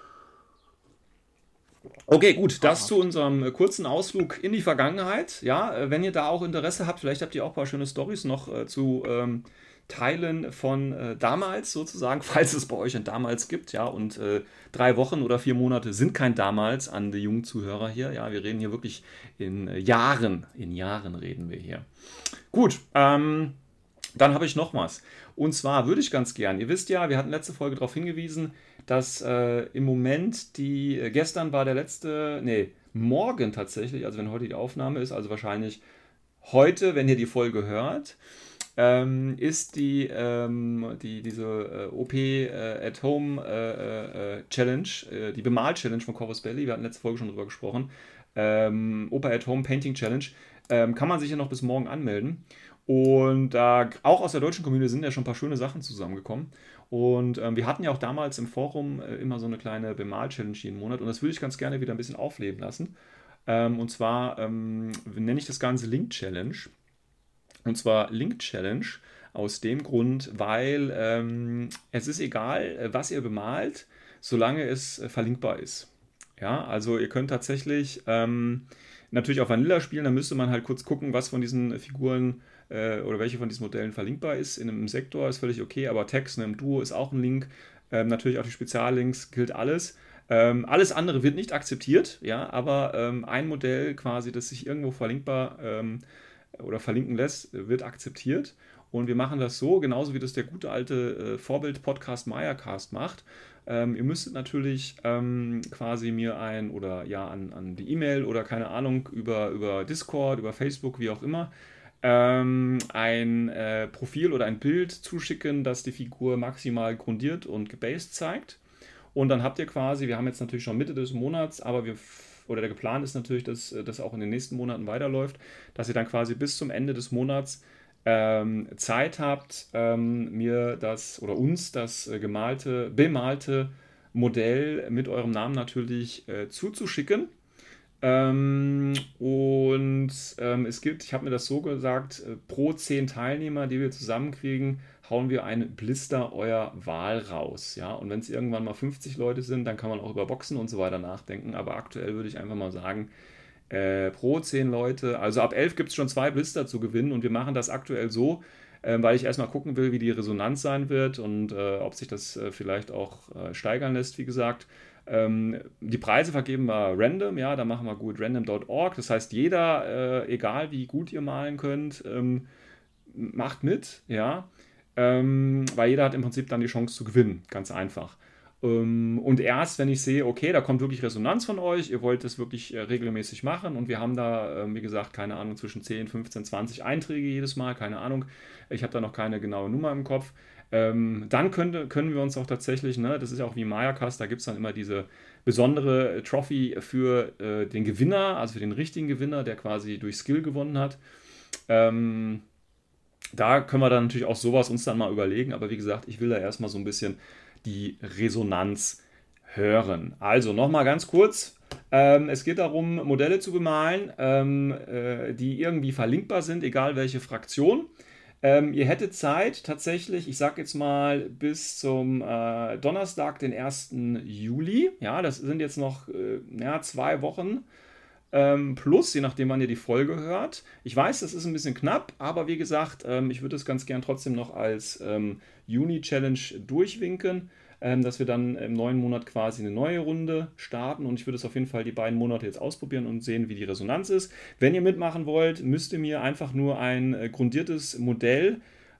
Okay, gut, das zu unserem äh, kurzen Ausflug in die Vergangenheit. Ja, äh, wenn ihr da auch Interesse habt, vielleicht habt ihr auch ein paar schöne Storys noch äh, zu ähm, Teilen von äh, damals sozusagen, falls es bei euch ein damals gibt, ja, und äh, drei Wochen oder vier Monate sind kein damals an die jungen Zuhörer hier, ja, wir reden hier wirklich in äh, Jahren, in Jahren reden wir hier. Gut, ähm, dann habe ich noch was. Und zwar würde ich ganz gern, ihr wisst ja, wir hatten letzte Folge darauf hingewiesen, dass äh, im Moment die, äh, gestern war der letzte, nee, morgen tatsächlich, also wenn heute die Aufnahme ist, also wahrscheinlich heute, wenn ihr die Folge hört, ähm, ist die, ähm, die diese äh, O P äh, at Home äh, äh, Challenge, äh, die Bemal-Challenge von Corvus Belli, wir hatten letzte Folge schon drüber gesprochen, ähm, O P at Home Painting Challenge, ähm, kann man sich ja noch bis morgen anmelden. Und da äh, auch aus der deutschen Community sind ja schon ein paar schöne Sachen zusammengekommen. Und ähm, wir hatten ja auch damals im Forum äh, immer so eine kleine Bemal-Challenge jeden Monat und das würde ich ganz gerne wieder ein bisschen aufleben lassen. Ähm, und zwar ähm, nenne ich das Ganze Link Challenge. Und zwar Link Challenge aus dem Grund, weil ähm, es ist egal, was ihr bemalt, solange es äh, verlinkbar ist. Ja, also ihr könnt tatsächlich ähm, natürlich auf Vanilla spielen, da müsste man halt kurz gucken, was von diesen Figuren äh, oder welche von diesen Modellen verlinkbar ist. In einem Sektor ist völlig okay, aber Text in einem Duo ist auch ein Link. Ähm, natürlich auch die Speziallinks gilt alles. Ähm, alles andere wird nicht akzeptiert, ja, aber ähm, ein Modell quasi, das sich irgendwo verlinkbar ähm, oder verlinken lässt, wird akzeptiert. Und wir machen das so, genauso wie das der gute alte äh, Vorbild-Podcast Mayacast macht. Ähm, ihr müsstet natürlich ähm, quasi mir ein oder ja an, an die E-Mail oder keine Ahnung über, über Discord, über Facebook, wie auch immer, ähm, ein äh, Profil oder ein Bild zuschicken, das die Figur maximal grundiert und gebased zeigt. Und dann habt ihr quasi, wir haben jetzt natürlich schon Mitte des Monats, aber wir oder der Plan ist natürlich, dass das auch in den nächsten Monaten weiterläuft, dass ihr dann quasi bis zum Ende des Monats ähm, Zeit habt, ähm, mir das oder uns das äh, gemalte, bemalte Modell mit eurem Namen natürlich äh, zuzuschicken. Ähm, und ähm, es gibt, ich habe mir das so gesagt, äh, pro zehn Teilnehmer, die wir zusammenkriegen, hauen wir einen Blister eurer Wahl raus. Ja? Und wenn es irgendwann mal fünfzig Leute sind, dann kann man auch über Boxen und so weiter nachdenken. Aber aktuell würde ich einfach mal sagen, äh, pro zehn Leute, also ab elf gibt es schon zwei Blister zu gewinnen und wir machen das aktuell so, äh, weil ich erstmal gucken will, wie die Resonanz sein wird und äh, ob sich das äh, vielleicht auch äh, steigern lässt, wie gesagt. Ähm, die Preise vergeben wir random, ja, da machen wir gut random Punkt org. Das heißt, jeder, äh, egal wie gut ihr malen könnt, ähm, macht mit, ja, ähm, weil jeder hat im Prinzip dann die Chance zu gewinnen, ganz einfach. Ähm, und erst, wenn ich sehe, okay, da kommt wirklich Resonanz von euch, ihr wollt das wirklich äh, regelmäßig machen und wir haben da, äh, wie gesagt, keine Ahnung, zwischen zehn, fünfzehn, zwanzig Einträge jedes Mal, keine Ahnung, ich habe da noch keine genaue Nummer im Kopf, ähm, dann könnte, können wir uns auch tatsächlich, ne, das ist ja auch wie Mayakas, da gibt es dann immer diese besondere Trophy für äh, den Gewinner, also für den richtigen Gewinner, der quasi durch Skill gewonnen hat. Ähm, Da können wir dann natürlich auch sowas uns dann mal überlegen, aber wie gesagt, ich will da erstmal so ein bisschen die Resonanz hören. Also nochmal ganz kurz. Ähm, es geht darum, Modelle zu bemalen, ähm, äh, die irgendwie verlinkbar sind, egal welche Fraktion. Ähm, ihr hättet Zeit tatsächlich, ich sag jetzt mal, bis zum äh, Donnerstag, den ersten Juli. Ja, das sind jetzt noch äh, ja, zwei Wochen ähm, plus, je nachdem, wann ihr die Folge hört. Ich weiß, das ist ein bisschen knapp, aber wie gesagt, ähm, ich würde es ganz gern trotzdem noch als ähm, Juni-Challenge durchwinken, ähm, dass wir dann im neuen Monat quasi eine neue Runde starten und ich würde es auf jeden Fall die beiden Monate jetzt ausprobieren und sehen, wie die Resonanz ist. Wenn ihr mitmachen wollt, müsst ihr mir einfach nur ein äh, grundiertes Modell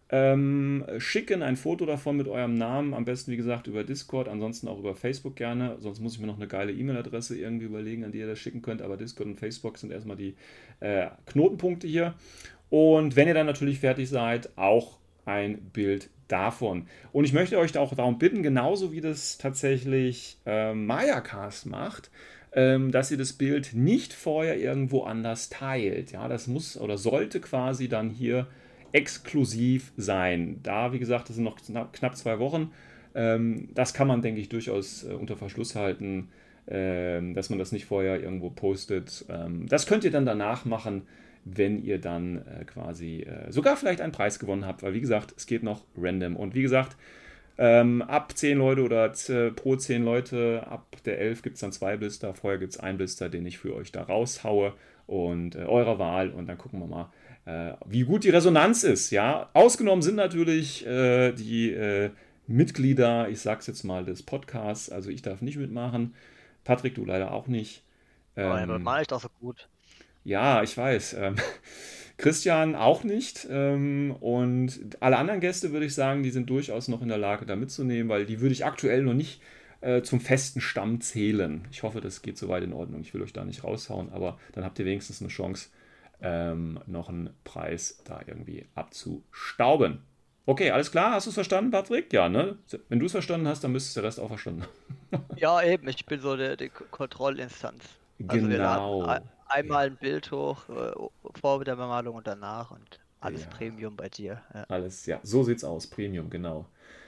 ähm, schicken, ein Foto davon mit eurem Namen, am besten wie gesagt über Discord, ansonsten auch über Facebook gerne, sonst muss ich mir noch eine geile E-Mail-Adresse irgendwie überlegen, an die ihr das schicken könnt, aber Discord und Facebook sind erstmal die äh, Knotenpunkte hier und wenn ihr dann natürlich fertig seid, auch ein Bild davon. Und ich möchte euch da auch darum bitten, genauso wie das tatsächlich äh, Mayakas macht, ähm, dass ihr das Bild nicht vorher irgendwo anders teilt. Ja, das muss oder sollte quasi dann hier exklusiv sein. Da, wie gesagt, das sind noch knapp zwei Wochen. Ähm, das kann man, denke ich, durchaus äh, unter Verschluss halten, ähm, dass man das nicht vorher irgendwo postet. Ähm, das könnt ihr dann danach machen, wenn ihr dann äh, quasi äh, sogar vielleicht einen Preis gewonnen habt, weil wie gesagt, es geht noch random. Und wie gesagt, ähm, ab zehn Leute oder z- pro zehn Leute, ab der elf gibt es dann zwei Blister, vorher gibt es einen Blister, den ich für euch da raushaue und äh, eurer Wahl und dann gucken wir mal, äh, wie gut die Resonanz ist. Ja? Ausgenommen sind natürlich äh, die äh, Mitglieder, ich sag's jetzt mal, des Podcasts, also ich darf nicht mitmachen, Patrick, du leider auch nicht. Oh, ja, aber Ähm, mal ich doch so gut. ja, ich weiß. Ähm, Christian auch nicht. Ähm, und alle anderen Gäste würde ich sagen, die sind durchaus noch in der Lage, da mitzunehmen, weil die würde ich aktuell noch nicht äh, zum festen Stamm zählen. Ich hoffe, das geht soweit in Ordnung. Ich will euch da nicht raushauen, aber dann habt ihr wenigstens eine Chance, ähm, noch einen Preis da irgendwie abzustauben. Okay, alles klar? Hast du es verstanden, Patrick? Ja, ne? Wenn du es verstanden hast, dann müsstest du der Rest auch verstanden haben. Ja, eben, ich bin so der, die K- Kontrollinstanz. Also wir laden Genau. ein, einmal Ja, ein Bild hoch, äh, vor der Bemalung und danach und alles ja. Premium bei dir. Ja. Alles, ja, so sieht's aus. Premium, genau.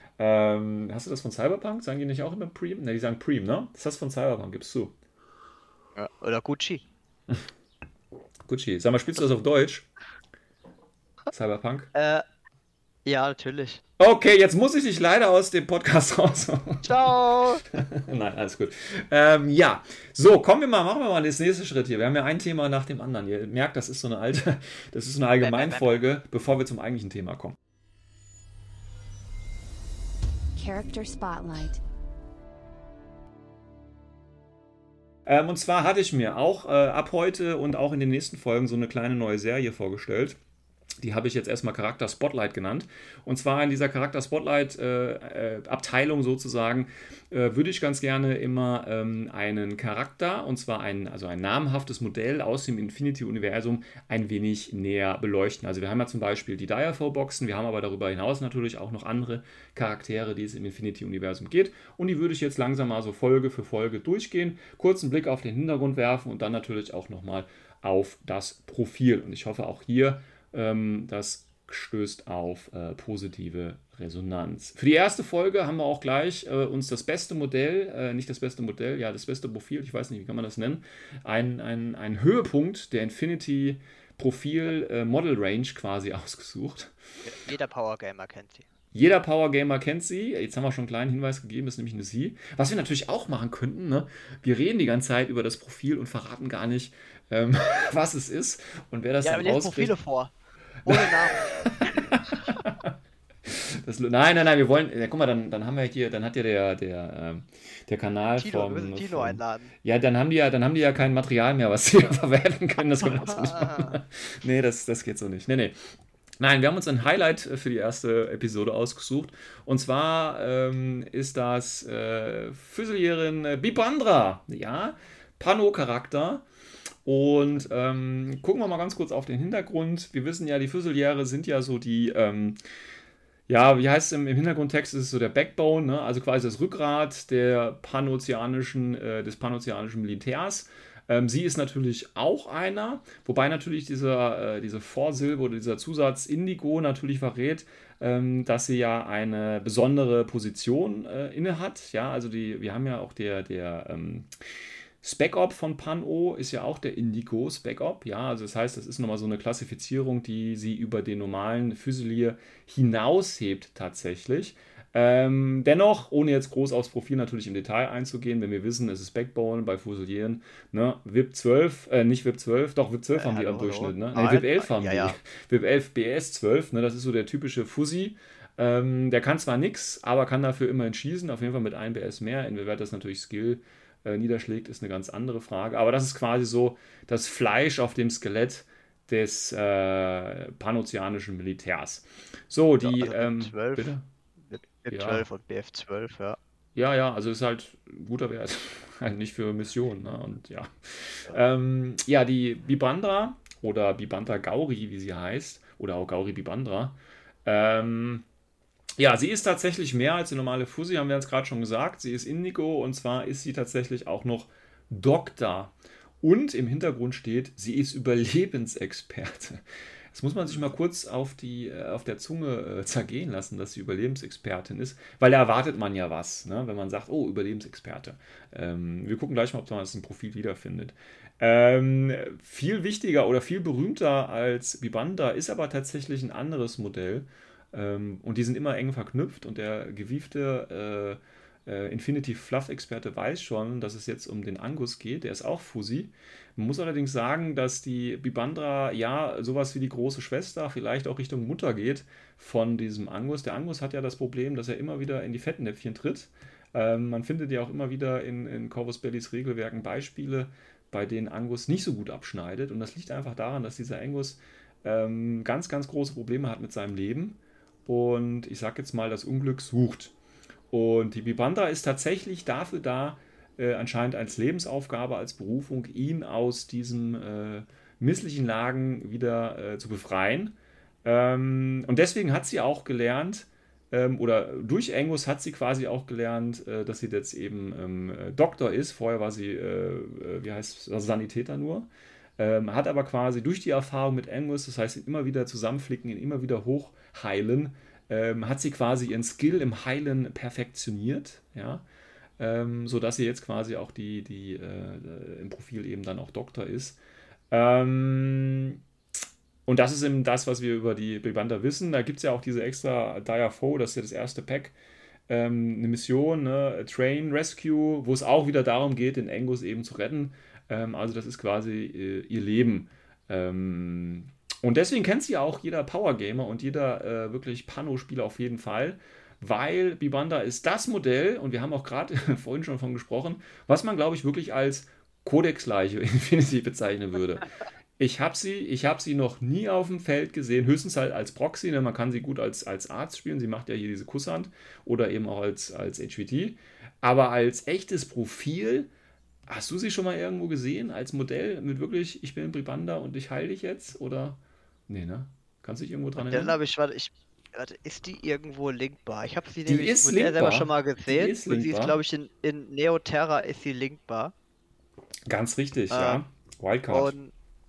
Ähm, hast du das von Cyberpunk? Sagen die nicht auch immer Premium? Ne, die sagen Premium, ne? Das hast du von Cyberpunk, gibst du. Ja. Oder Gucci. Gucci. Sag mal, spielst du das auf Deutsch? Cyberpunk? Äh, ja, natürlich. Okay, jetzt muss ich dich leider aus dem Podcast raus. Ciao! Nein, alles gut. Ähm, ja, so, kommen wir mal, machen wir mal den nächsten Schritt hier. Wir haben ja ein Thema nach dem anderen. Ihr merkt, das ist so eine alte, das ist so eine Allgemeinfolge, bevor wir zum eigentlichen Thema kommen. Character Spotlight. Ähm, und zwar hatte ich mir auch äh, ab heute und auch in den nächsten Folgen so eine kleine neue Serie vorgestellt. Die habe ich jetzt erstmal Charakter Spotlight genannt. Und zwar in dieser Charakter Spotlight äh, äh, Abteilung sozusagen äh, würde ich ganz gerne immer ähm, einen Charakter, und zwar ein, also ein namhaftes Modell aus dem Infinity-Universum ein wenig näher beleuchten. Also wir haben ja zum Beispiel die Direflow-Boxen, wir haben aber darüber hinaus natürlich auch noch andere Charaktere, die es im Infinity-Universum geht. Und die würde ich jetzt langsam mal so Folge für Folge durchgehen, kurzen Blick auf den Hintergrund werfen und dann natürlich auch nochmal auf das Profil. Und ich hoffe auch hier, das stößt auf äh, positive Resonanz. Für die erste Folge haben wir auch gleich äh, uns das beste Modell, äh, nicht das beste Modell, ja, das beste Profil, ich weiß nicht, wie kann man das nennen, ein, ein, ein Höhepunkt der Infinity Profil äh, Model Range quasi ausgesucht. Jeder Power Gamer kennt sie. Jeder Power Gamer kennt sie. Jetzt haben wir schon einen kleinen Hinweis gegeben, ist nämlich eine sie. Was wir natürlich auch machen könnten, ne? Wir reden die ganze Zeit über das Profil und verraten gar nicht, ähm, was es ist und wer das Ja, dann aber lest rauskriegt. Profile vor. Ohne Namen. Das, nein, nein, nein, wir wollen, ja, guck mal, dann, dann haben wir hier, dann hat ja der, der, ähm, der Kanal Tino, vom, wir müssen Tino vom einladen. Ja, dann haben die ja, dann haben die ja kein Material mehr, was sie verwerten können. Das können wir uns nicht machen. Nee, das, das geht so nicht. Nee, nee. Nein, wir haben uns ein Highlight für die erste Episode ausgesucht. Und zwar ähm, ist das äh, Füsilierin äh, Bibandra. Ja, Pano-Charakter. Und ähm, gucken wir mal ganz kurz auf den Hintergrund. Wir wissen ja, die Füsiliere sind ja so die, ähm, ja, wie heißt es im, im Hintergrundtext, ist es so der Backbone, ne? Also quasi das Rückgrat der panozeanischen, äh, des panozeanischen Militärs. Ähm, sie ist natürlich auch einer, wobei natürlich dieser, äh, diese Vorsilbe oder dieser Zusatz Indigo natürlich verrät, ähm, dass sie ja eine besondere Position äh, inne hat. Ja, also die, wir haben ja auch der, der ähm, Spec-Op von Pan-O ist ja auch der Indigo Spec-Op. Ja, also das heißt, das ist nochmal so eine Klassifizierung, die sie über den normalen Füsilier hinaushebt tatsächlich. Ähm, dennoch, ohne jetzt groß aufs Profil natürlich im Detail einzugehen, wenn wir wissen, es ist Backbone bei Fusilieren, ne, V I P zwölf, äh, nicht V I P zwölf, doch V I P zwölf äh, haben die am Durchschnitt, ne? Nee, V I P elf haben ja, die. ja. V I P elf B S zwölf, ne, das ist so der typische Fusi. Ähm, der kann zwar nichts, aber kann dafür immerhin schießen, auf jeden Fall mit einem B S mehr. Inwieweit das natürlich Skill äh, niederschlägt, ist eine ganz andere Frage. Aber das ist quasi so das Fleisch auf dem Skelett des äh, panozeanischen Militärs. So, die, also ähm, zwölf. bitte? V I P zwölf ja. Und B F zwölf, ja. Ja, ja, also ist halt ein guter Wert. Halt nicht für Missionen, ne? Und ja. Ja, ähm, ja die Bibandra oder Bibandra Gauri, wie sie heißt, oder auch Gauri Bibandra, ähm, ja, sie ist tatsächlich mehr als die normale Fusi, haben wir jetzt gerade schon gesagt. Sie ist Indigo und zwar ist sie tatsächlich auch noch Doktor. Und im Hintergrund steht, sie ist Überlebensexperte. Das muss man sich mal kurz auf, die, auf der Zunge äh, zergehen lassen, dass sie Überlebensexpertin ist, weil da erwartet man ja was, ne? Wenn man sagt, oh, Überlebensexperte. Ähm, wir gucken gleich mal, ob man das im Profil wiederfindet. Ähm, viel wichtiger oder viel berühmter als Bibandra ist aber tatsächlich ein anderes Modell. Ähm, und die sind immer eng verknüpft und der gewiefte äh, äh, Infinity Fluff-Experte weiß schon, dass es jetzt um den Angus geht. Der ist auch Fusi. Man muss allerdings sagen, dass die Bibandra ja sowas wie die große Schwester, vielleicht auch Richtung Mutter geht von diesem Angus. Der Angus hat ja das Problem, dass er immer wieder in die Fettnäpfchen tritt. Ähm, man findet ja auch immer wieder in, in Corvus Bellys Regelwerken Beispiele, bei denen Angus nicht so gut abschneidet. Und das liegt einfach daran, dass dieser Angus ähm, ganz, ganz große Probleme hat mit seinem Leben. Und ich sag jetzt mal, das Unglück sucht. Und die Bibandra ist tatsächlich dafür da, Äh, anscheinend als Lebensaufgabe, als Berufung, ihn aus diesen äh, misslichen Lagen wieder äh, zu befreien. Ähm, und deswegen hat sie auch gelernt, ähm, oder durch Angus hat sie quasi auch gelernt, äh, dass sie jetzt eben ähm, Doktor ist. Vorher war sie, äh, wie heißt es, Sanitäter nur. Ähm, hat aber quasi durch die Erfahrung mit Angus, das heißt, ihn immer wieder zusammenflicken, ihn immer wieder hochheilen, ähm, hat sie quasi ihren Skill im Heilen perfektioniert, ja. Ähm, sodass sie jetzt quasi auch die, die äh, im Profil eben dann auch Doktor ist. Ähm, und das ist eben das, was wir über die Bibandra wissen. Da gibt es ja auch diese extra Dire Foe, das ist ja das erste Pack, ähm, eine Mission, ne? Train Rescue, wo es auch wieder darum geht, den Angus eben zu retten. Ähm, also das ist quasi äh, ihr Leben. Ähm, und deswegen kennt sie auch jeder Power-Gamer und jeder äh, wirklich Pano-Spieler auf jeden Fall. Weil Bibandra ist das Modell, und wir haben auch gerade vorhin schon davon gesprochen, was man, glaube ich, wirklich als Codex-Leiche Infinity bezeichnen würde. Ich habe sie, ich hab sie noch nie auf dem Feld gesehen, höchstens halt als Proxy, ne? Man kann sie gut als, als Arzt spielen, sie macht ja hier diese Kusshand oder eben auch als, als H V T, aber als echtes Profil, hast du sie schon mal irgendwo gesehen, als Modell mit wirklich, ich bin Bibandra und ich heile dich jetzt, oder? Nee, ne? Kannst du dich irgendwo dran erinnern? Dann habe ich, warte, ich Warte, ist die irgendwo linkbar? Ich habe sie Die nämlich ist mit der selber linkbar. schon mal Die gesehen. ist Und sie ist, linkbar. glaube ich, in, in Neoterra ist sie linkbar. Ganz richtig, Äh, ja. Wildcard. Und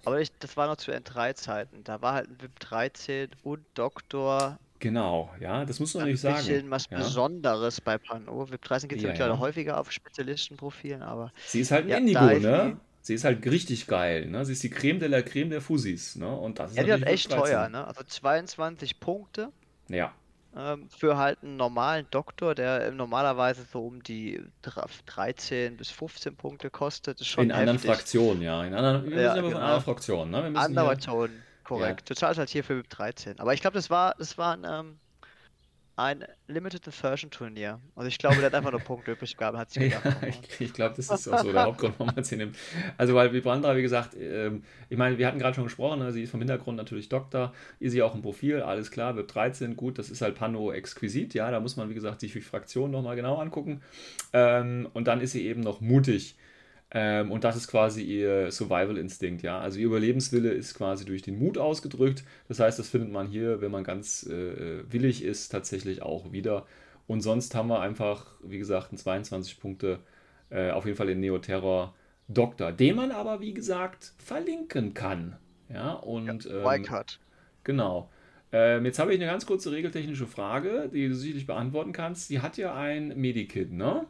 Aber ich, das war noch zu N drei Zeiten. Da war halt ein V I P dreizehn und Doktor Genau, ja, das muss man ein nicht sagen. bisschen was Ja, Besonderes bei Pano. V I P dreizehn gibt es ja ja, mittlerweile ja. häufiger auf Spezialistenprofilen, aber Sie ist halt ein ja, da Indigo, ist ne? sie. Sie ist halt richtig geil, ne? Sie ist die Creme de la Creme der Fussis, ne? Und das ist Ja, die ist natürlich halt echt V I P teuer, dreizehn. ne? Also zweiundzwanzig Punkte Ja, ähm, für halt einen normalen Doktor, der normalerweise so um die dr- dreizehn bis fünfzehn Punkte kostet. Das ist in schon anderen heftig. Fraktionen, ja. In anderen, wir müssen Ja, aber von einer genau. Fraktion, ne? Wir müssen hier, Undertone, ja. korrekt. Du zahlst halt hier für V I P dreizehn. Aber ich glaube, das war, das war ein, ähm, ein Limited Insertion Turnier. Also ich glaube, der hat einfach nur Punkte übrig gehabt, hat sich Ja, gedacht, komm ich, on. ich glaube, das ist auch so der Hauptgrund, warum man sie nimmt. Also, weil Vibrandra, wie gesagt, ähm, ich meine, wir hatten gerade schon gesprochen, ne, sie ist vom Hintergrund natürlich Doktor, ist sie auch im Profil, alles klar, V I P dreizehn, gut, das ist halt Pano exquisit, ja, da muss man, wie gesagt, sich die Fraktion nochmal genau angucken. Ähm, und dann ist sie eben noch mutig. Ähm, und das ist quasi ihr Survival-Instinkt, ja. Also ihr Überlebenswille ist quasi durch den Mut ausgedrückt. Das heißt, das findet man hier, wenn man ganz äh, willig ist, tatsächlich auch wieder. Und sonst haben wir einfach, wie gesagt, einen zweiundzwanzig Punkte, äh, auf jeden Fall den Neoterror Doktor, den man aber, wie gesagt, verlinken kann. Ja, Ja, und ähm, Wildcard. genau. Ähm, jetzt habe ich eine ganz kurze regeltechnische Frage, die du sicherlich beantworten kannst. Sie hat ja ein Medikit, ne?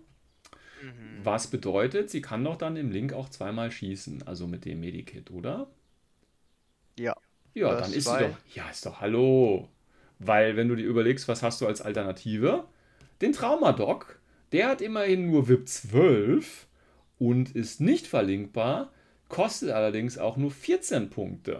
Was Mhm. bedeutet, sie kann doch dann im Link auch zweimal schießen, also mit dem Medikit, oder? Ja, Ja, dann Burst ist sie doch, zwei. ja, ist doch hallo. Weil wenn du dir überlegst, was hast du als Alternative? Den Traumadoc, der hat immerhin nur V I P zwölf und ist nicht verlinkbar, kostet allerdings auch nur vierzehn Punkte.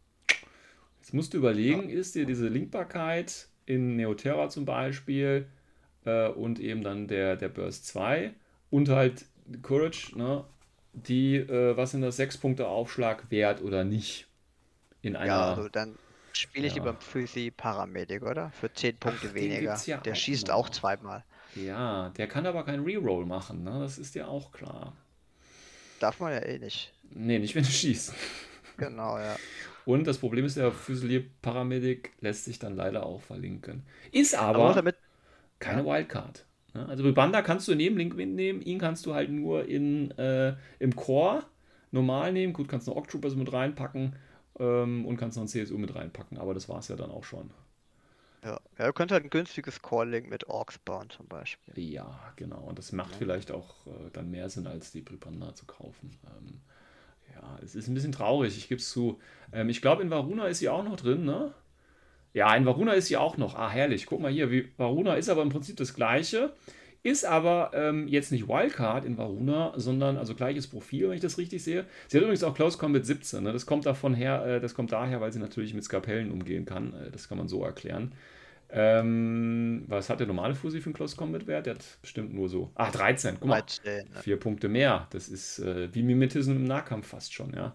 Jetzt musst du Ja, überlegen, ist dir diese Linkbarkeit in Neoterra zum Beispiel äh, und eben dann der, der Burst zwei und halt Courage, ne, die, äh, was sind das, sechs Punkte Aufschlag wert oder nicht in ja, einer, also dann spiele ich lieber ja, Physi Paramedic, oder? Für zehn ach, Punkte den weniger. gibt's ja Der auch schießt auch noch. zweimal. Ja, der kann aber keinen Reroll machen, ne, das ist dir auch klar. Darf man ja eh nicht. Nee, nicht wenn du schießt. Genau, ja. Und das Problem ist, der Fusilier Paramedic lässt sich dann leider auch verlinken. Ist Aber muss aber damit, keine ja, Wildcard. Ne? Also Ribanda kannst du in jedem Link mitnehmen, ihn kannst du halt nur in, äh, im Core normal nehmen. Gut, kannst noch Orc Troopers mit reinpacken ähm, und kannst noch ein C S U mit reinpacken, aber das war es ja dann auch schon. ja. Ja, du könntest halt ein günstiges Calling mit Orks bauen zum Beispiel. Ja, genau. Und das macht Ja. vielleicht auch äh, dann mehr Sinn, als die Ribanda zu kaufen. Ähm, ja, es ist ein bisschen traurig, ich gebe es zu. Ähm, ich glaube, in Varuna ist sie auch noch drin, ne? Ja, in Varuna ist sie auch noch. Ah, herrlich. Guck mal hier, wie, Varuna ist aber im Prinzip das gleiche. Ist aber ähm, jetzt nicht Wildcard in Varuna, sondern also gleiches Profil, wenn ich das richtig sehe. Sie hat übrigens auch Close Combat siebzehn. Ne? Das kommt davon her, äh, das kommt daher, weil sie natürlich mit Skalpellen umgehen kann. Äh, das kann man so erklären. Ähm, was hat der normale Fusi für einen Close Combat Wert? Der hat bestimmt nur so. Ah, dreizehn. Guck mal. dreizehn, ne? Vier Punkte mehr. Das ist äh, wie Mimetism im Nahkampf fast schon, ja.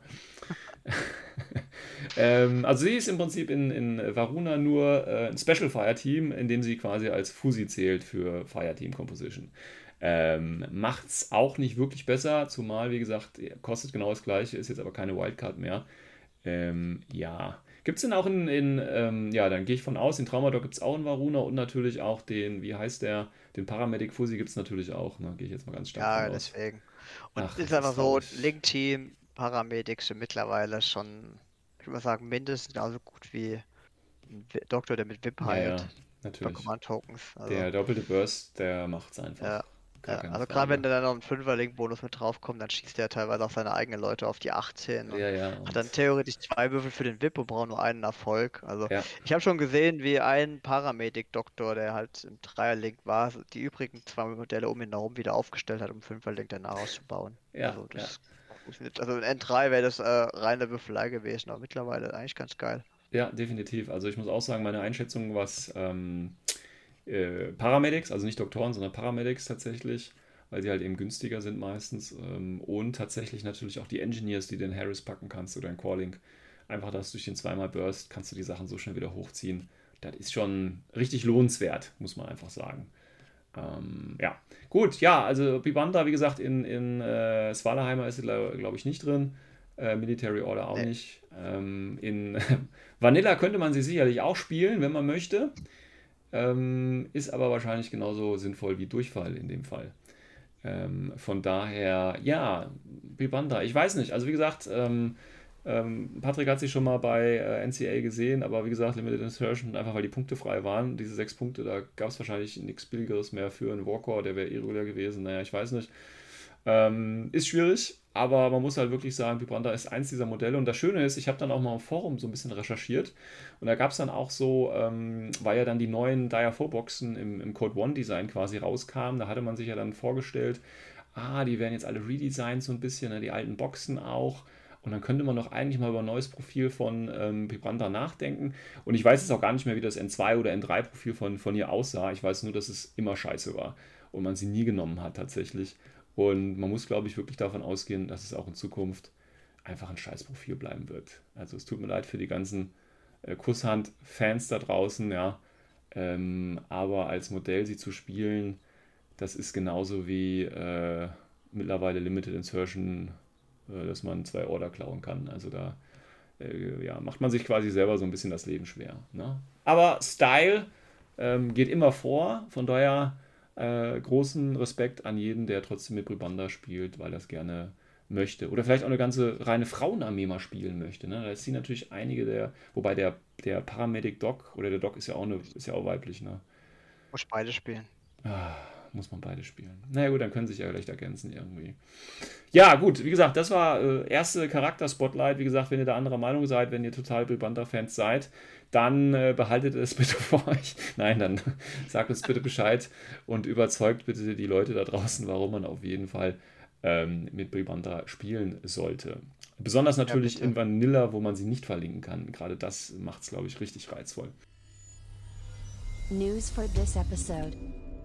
ähm, also sie ist im Prinzip in, in Varuna nur äh, ein Special Fire Team, in dem sie quasi als Fusi zählt für Fire Team Composition. Ähm, macht's auch nicht wirklich besser, zumal, wie gesagt, kostet genau das gleiche, ist jetzt aber keine Wildcard mehr. Ähm, ja. Gibt es denn auch in, in ähm, ja, dann gehe ich von aus, den Traumadog gibt es auch in Varuna und natürlich auch den, wie heißt der, den Paramedic Fusi gibt es natürlich auch, ne? Gehe ich jetzt mal ganz stark von Ja, aus. deswegen. Und Ach, ist das ist einfach so, traurig. Link-Team, Paramedics sind mittlerweile schon, ich würde mal sagen, mindestens genauso gut wie ein Wi- Doktor, der mit V I P Ja, ja, heilt. Bei natürlich. Command-Tokens. Also, Der doppelte Burst, der macht's einfach. ja. Gar Ja, keine also gerade wenn Frage. da dann noch ein Fünfer-Link-Bonus mit draufkommt, dann schießt er teilweise auch seine eigenen Leute auf die achtzehn und Ja, ja, hat und dann theoretisch zwei Würfel für den V I P und braucht nur einen Erfolg. Also ja, ich habe schon gesehen, wie ein Paramedic-Doktor, der halt im Dreier-Link war, so die übrigen zwei Modelle um ihn herum wieder aufgestellt hat, um Fünfer-Link danach auszubauen. ja, Also ja. das funktioniert. Also in N drei wäre das äh, reine Würfelei gewesen, aber mittlerweile eigentlich ganz geil. Ja, definitiv. Also ich muss auch sagen, meine Einschätzung, was ähm, äh, Paramedics, also nicht Doktoren, sondern Paramedics tatsächlich, weil sie halt eben günstiger sind meistens. Ähm, und tatsächlich natürlich auch die Engineers, die den Harris packen kannst oder den Calling. Einfach, dass durch den zweimal Burst kannst du die Sachen so schnell wieder hochziehen. Das ist schon richtig lohnenswert, muss man einfach sagen. Ähm, ja, gut, ja, also Bibanda, wie gesagt, in, in äh, Svalaheimer ist sie, glaube glaub ich, nicht drin. Äh, Military Order auch Nee. nicht. Ähm, in Vanilla könnte man sie sicherlich auch spielen, wenn man möchte. Ähm, ist aber wahrscheinlich genauso sinnvoll wie Durchfall in dem Fall. Ähm, von daher, ja, Bibanda, ich weiß nicht. Also wie gesagt, ähm, Ähm, Patrick hat sich schon mal bei äh, N C A A gesehen, aber wie gesagt, Limited Insertion, einfach weil die Punkte frei waren. Diese sechs Punkte, da gab es wahrscheinlich nichts Billigeres mehr für einen Walker, der wäre irregulär gewesen. Naja, ich weiß nicht. Ähm, ist schwierig, aber man muss halt wirklich sagen, Vibranta ist eins dieser Modelle. Und das Schöne ist, ich habe dann auch mal im Forum so ein bisschen recherchiert. Und da gab es dann auch so, ähm, weil ja dann die neuen Dia-four-Boxen im, im Code One Design quasi rauskamen, da hatte man sich ja dann vorgestellt, ah, die werden jetzt alle redesigned so ein bisschen, ne, die alten Boxen auch. Und dann könnte man doch eigentlich mal über ein neues Profil von ähm, Vibranta nachdenken. Und ich weiß jetzt auch gar nicht mehr, wie das N zwei oder N drei Profil von, von ihr aussah. Ich weiß nur, dass es immer scheiße war und man sie nie genommen hat tatsächlich. Und man muss, glaube ich, wirklich davon ausgehen, dass es auch in Zukunft einfach ein Scheißprofil bleiben wird. Also es tut mir leid für die ganzen äh, Kusshand-Fans da draußen, ja. Ähm, aber als Modell sie zu spielen, das ist genauso wie äh, mittlerweile Limited Insertion, äh, dass man zwei Order klauen kann. Also da äh, ja, macht man sich quasi selber so ein bisschen das Leben schwer. Ne? Aber Style ähm, geht immer vor, von daher äh, großen Respekt an jeden, der trotzdem mit Bribanda spielt, weil er es gerne möchte. Oder vielleicht auch eine ganze reine Frauenarmee mal spielen möchte. Ne? Da ist sie natürlich einige der, wobei der, der Paramedic Doc oder der Doc ist ja auch, eine, ist ja auch weiblich. Ne? Muss beide spielen. Ah, muss man beide spielen. Naja gut, dann können sie sich ja gleich ergänzen irgendwie. Ja gut, wie gesagt, das war äh, erste Charakter-Spotlight. Wie gesagt, wenn ihr da anderer Meinung seid, wenn ihr total Bribanda-Fans seid, dann äh, behaltet es bitte für euch. Nein, dann sagt uns bitte Bescheid und überzeugt bitte die Leute da draußen, warum man auf jeden Fall ähm, mit Bribanda spielen sollte. Besonders natürlich Ja, in Vanilla, wo man sie nicht verlinken kann. Gerade das macht es, glaube ich, richtig reizvoll. News for this episode.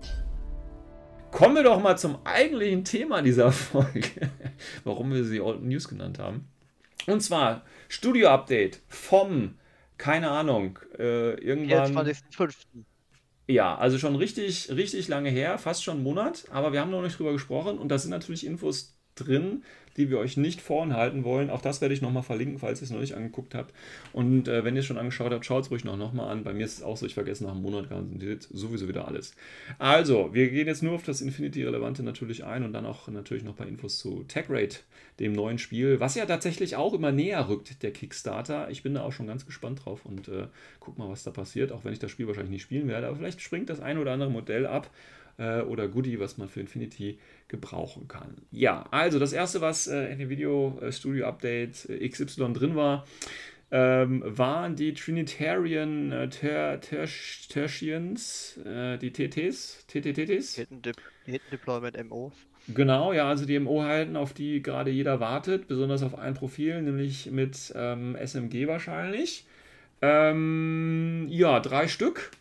Kommen wir doch mal zum eigentlichen Thema dieser Folge, warum wir sie Old News genannt haben. Und zwar Studio-Update vom, keine Ahnung, äh, irgendwann... vierundzwanzigsten fünften Ja, also schon richtig, richtig lange her, fast schon einen Monat, aber wir haben noch nicht drüber gesprochen und da sind natürlich Infos drin, die wir euch nicht vorenthalten wollen. Auch das werde ich nochmal verlinken, falls ihr es noch nicht angeguckt habt. Und äh, wenn ihr es schon angeschaut habt, schaut es ruhig noch, noch mal an. Bei mir ist es auch so, ich vergesse nach einem Monat garantiert sowieso wieder alles. Also, wir gehen jetzt nur auf das Infinity-Relevante natürlich ein und dann auch natürlich noch ein paar Infos zu TechRate, dem neuen Spiel, was ja tatsächlich auch immer näher rückt, der Kickstarter. Ich bin da auch schon ganz gespannt drauf und äh, guck mal, was da passiert, auch wenn ich das Spiel wahrscheinlich nicht spielen werde. Aber vielleicht springt das ein oder andere Modell ab oder Goodie, was man für Infinity gebrauchen kann. Ja, also das erste, was äh, in dem Video äh, Studio Update äh, X Y drin war, ähm, waren die Trinitarian äh, Ter Ter Tertians, äh, die T Ts, T T T Ts. Hidden, De Hidden Deployment M O. Genau, ja, also die M O-Halten, auf die gerade jeder wartet, besonders auf ein Profil, nämlich mit ähm, S M G wahrscheinlich. Ähm, ja, drei Stück.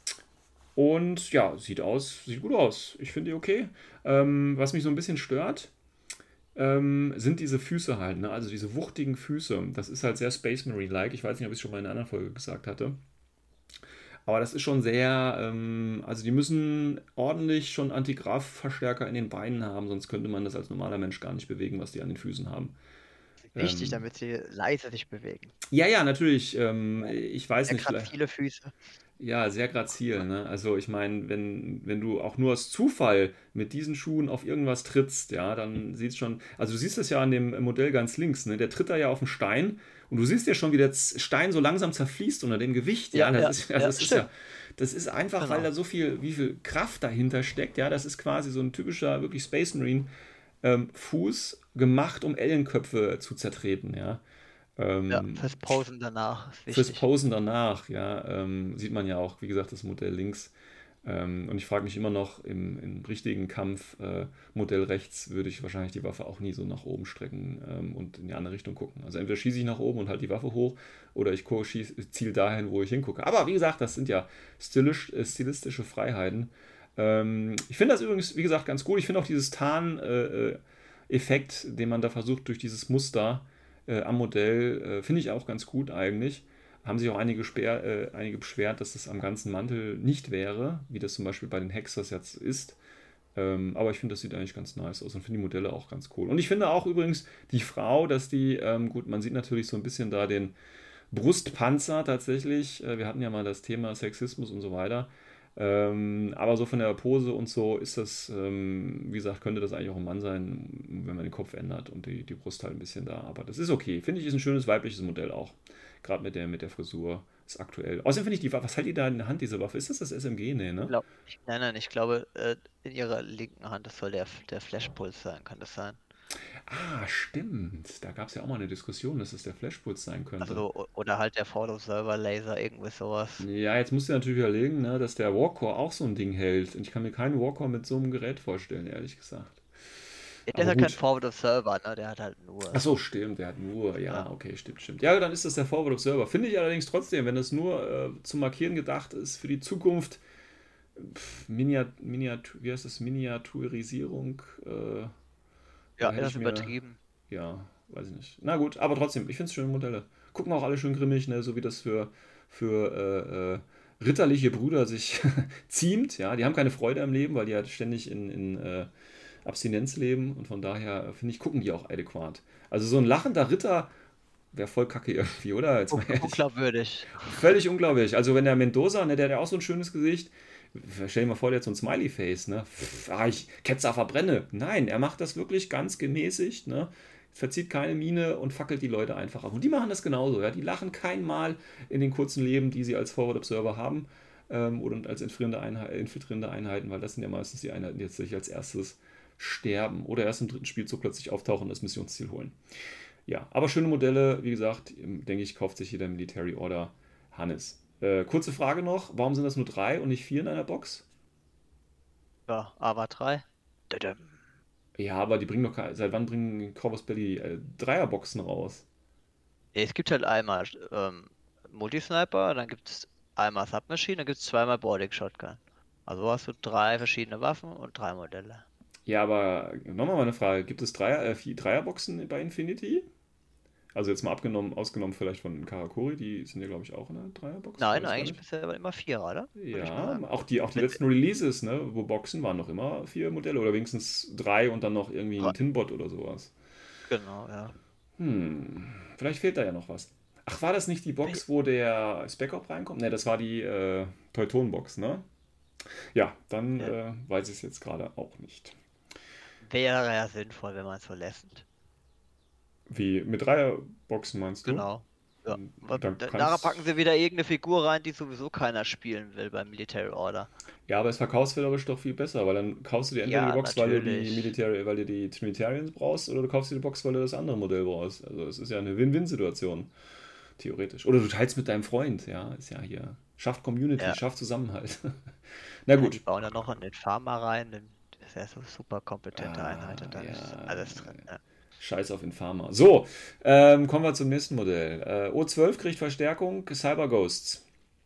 Und ja, sieht aus, sieht gut aus. Ich finde die okay. Ähm, was mich so ein bisschen stört, ähm, sind diese Füße halt, ne? Also diese wuchtigen Füße. Das ist halt sehr Space Marine-like. Ich weiß nicht, ob ich es schon mal in einer anderen Folge gesagt hatte. Aber das ist schon sehr, ähm, also die müssen ordentlich schon Antigraf-Verstärker in den Beinen haben, sonst könnte man das als normaler Mensch gar nicht bewegen, was die an den Füßen haben. Wichtig, Ähm, damit sie leise sich bewegen. Ja, ja, natürlich. Ähm, ich weiß Ja, nicht, gerade vielleicht. viele Füße. Ja, sehr grazil, ne? Also ich meine, wenn, wenn du auch nur aus Zufall mit diesen Schuhen auf irgendwas trittst, ja, dann sieht es schon, also du siehst es ja an dem Modell ganz links, ne? Der tritt da ja auf den Stein und du siehst ja schon, wie der Z- Stein so langsam zerfließt unter dem Gewicht, ja, Ja, das ja, ist, also ja, das ist stimmt. ja, das ist einfach, Genau. weil da so viel, wie viel Kraft dahinter steckt, ja, das ist quasi so ein typischer, wirklich Space Marine ähm, Fuß gemacht, um Ellenköpfe zu zertreten, ja. Ähm, Ja, fürs Posen danach ist Fürs wichtig. Posen danach, ja, ähm, sieht man ja auch, wie gesagt, das Modell links. Ähm, und ich frage mich immer noch, im, im richtigen Kampf, äh, Modell rechts, würde ich wahrscheinlich die Waffe auch nie so nach oben strecken ähm, und in die andere Richtung gucken. Also entweder schieße ich nach oben und halte die Waffe hoch oder ich ziele dahin, wo ich hingucke. Aber wie gesagt, das sind ja stilisch, äh, stilistische Freiheiten. Ähm, ich finde das übrigens, wie gesagt, ganz gut. Ich finde auch dieses Tarn-Effekt, äh, den man da versucht durch dieses Muster Äh, am Modell, äh, finde ich auch ganz gut eigentlich. Haben sich auch einige, sper- äh, einige beschwert, dass das am ganzen Mantel nicht wäre, wie das zum Beispiel bei den Hexers jetzt ist. Ähm, aber ich finde, das sieht eigentlich ganz nice aus und finde die Modelle auch ganz cool. Und ich finde auch übrigens die Frau, dass die, ähm, gut, man sieht natürlich so ein bisschen da den Brustpanzer tatsächlich. Äh, wir hatten ja mal das Thema Sexismus und so weiter. Ähm, aber so von der Pose und so ist das, ähm, wie gesagt, könnte das eigentlich auch ein Mann sein, wenn man den Kopf ändert und die, die Brust halt ein bisschen da. Aber das ist okay. Finde ich, ist ein schönes weibliches Modell auch. Gerade mit der, mit der Frisur. Ist aktuell. Außerdem finde ich die Waffe, was hält die da in der Hand, diese Waffe? Ist das das S M G? Nee, ne? Glaub, ich, nein, nein, ich glaube, äh, in ihrer linken Hand, das soll der, der Flashpuls sein, kann das sein? Ah, stimmt. Da gab es ja auch mal eine Diskussion, dass es der Flashpulse sein könnte. Also, o- oder halt der Follow-Server-Laser, irgendwie sowas. Ja, jetzt musst du natürlich überlegen, ne, dass der Warcore auch so ein Ding hält. Und ich kann mir keinen Warcore mit so einem Gerät vorstellen, ehrlich gesagt. Der ist Aber ja kein gut. Forward-of-Server, ne? Der hat halt Ach nur. so, stimmt, der hat nur, ja, Ja. okay, stimmt, stimmt. Ja, dann ist das der Forward Observer. Finde ich allerdings trotzdem, wenn das nur äh, zum Markieren gedacht ist für die Zukunft, pff, Miniat, Miniat, wie heißt das, Miniaturisierung, äh, Ja, da hätte er ich ist mir, übertrieben. ja, weiß ich nicht. Na gut, aber trotzdem, ich finde es schöne Modelle. Gucken auch alle schön grimmig, ne, so wie das für, für äh, äh, ritterliche Brüder sich ziemt, ja. Die haben keine Freude am Leben, weil die halt ständig in, in äh, Abstinenz leben und von daher, finde ich, gucken die auch adäquat. Also so ein lachender Ritter wäre voll kacke irgendwie, oder? Jetzt mal Un- ehrlich. Unglaubwürdig. Völlig unglaublich. Also wenn der Mendoza, ne, der hat ja auch so ein schönes Gesicht. Stell dir mal vor, der hat so ein Smiley-Face, ne? Pff, ah, ich Ketzer verbrenne. Nein, er macht das wirklich ganz gemäßigt, ne? Verzieht keine Miene und fackelt die Leute einfach ab. Und die machen das genauso, ja? Die lachen kein Mal in den kurzen Leben, die sie als Forward Observer haben ähm, oder als infiltrierende, Einheit, infiltrierende Einheiten, weil das sind ja meistens die Einheiten, die jetzt sich als erstes sterben oder erst im dritten Spielzug plötzlich auftauchen und das Missionsziel holen. Ja, aber schöne Modelle, wie gesagt, denke ich, kauft sich jeder Military Order Hannes. Äh, kurze Frage noch, warum sind das nur drei und nicht vier in einer Box? Ja, Ava drei. Dadam. Ja, aber die bringen doch keine, seit wann bringen Corvus Belli äh, Dreierboxen raus? Ja, es gibt halt einmal ähm, Multisniper, dann gibt es einmal Submachine, dann gibt es zweimal Boarding Shotgun. Also hast du drei verschiedene Waffen und drei Modelle. Ja, aber nochmal mal eine Frage, gibt es Dreier, äh, vier Dreierboxen bei Infinity? Also jetzt mal abgenommen, ausgenommen vielleicht von Karakuri, die sind ja glaube ich auch in einer Dreierbox, Nein, weiß gar eigentlich nicht. bisher aber immer Vierer, oder? Würde ich mal Ja, sagen. auch die, auch die Mit letzten Releases, ne, wo Boxen waren noch immer vier Modelle oder wenigstens drei und dann noch irgendwie ein drei. Tinbot oder sowas. Genau, ja. Hm, vielleicht fehlt da ja noch was. Ach, war das nicht die Box, wo der Spec Op reinkommt? Ne, das war die äh, Teuton-Box, ne? Ja, dann Ja. äh, weiß ich es jetzt gerade auch nicht. Wäre ja sinnvoll, wenn man es so lässt. Wie, mit Dreierboxen meinst du? Genau. Ja. Hm, Wa- Dann da- Nachher kann's. packen sie wieder irgendeine Figur rein, die sowieso keiner spielen will beim Military Order. Ja, aber es verkaufsfällerisch doch viel besser, weil dann kaufst du dir entweder die Ja, Box, weil du die natürlich. Military, weil du die Trinitarians brauchst, oder du kaufst dir die Box, weil du das andere Modell brauchst. Also es ist ja eine Win-Win-Situation, theoretisch. Oder du teilst mit deinem Freund, ja, ist ja hier. Schafft Community, Ja. schafft Zusammenhalt. Na Ja, die gut. bauen dann noch in den Farmer rein, den, das ist ja so super kompetente Einheit und Ah, dann ist ja. alles drin. Ja. Scheiß auf Infama. So, ähm, kommen wir zum nächsten Modell. Äh, O zwölf kriegt Verstärkung, Cyber Ghosts.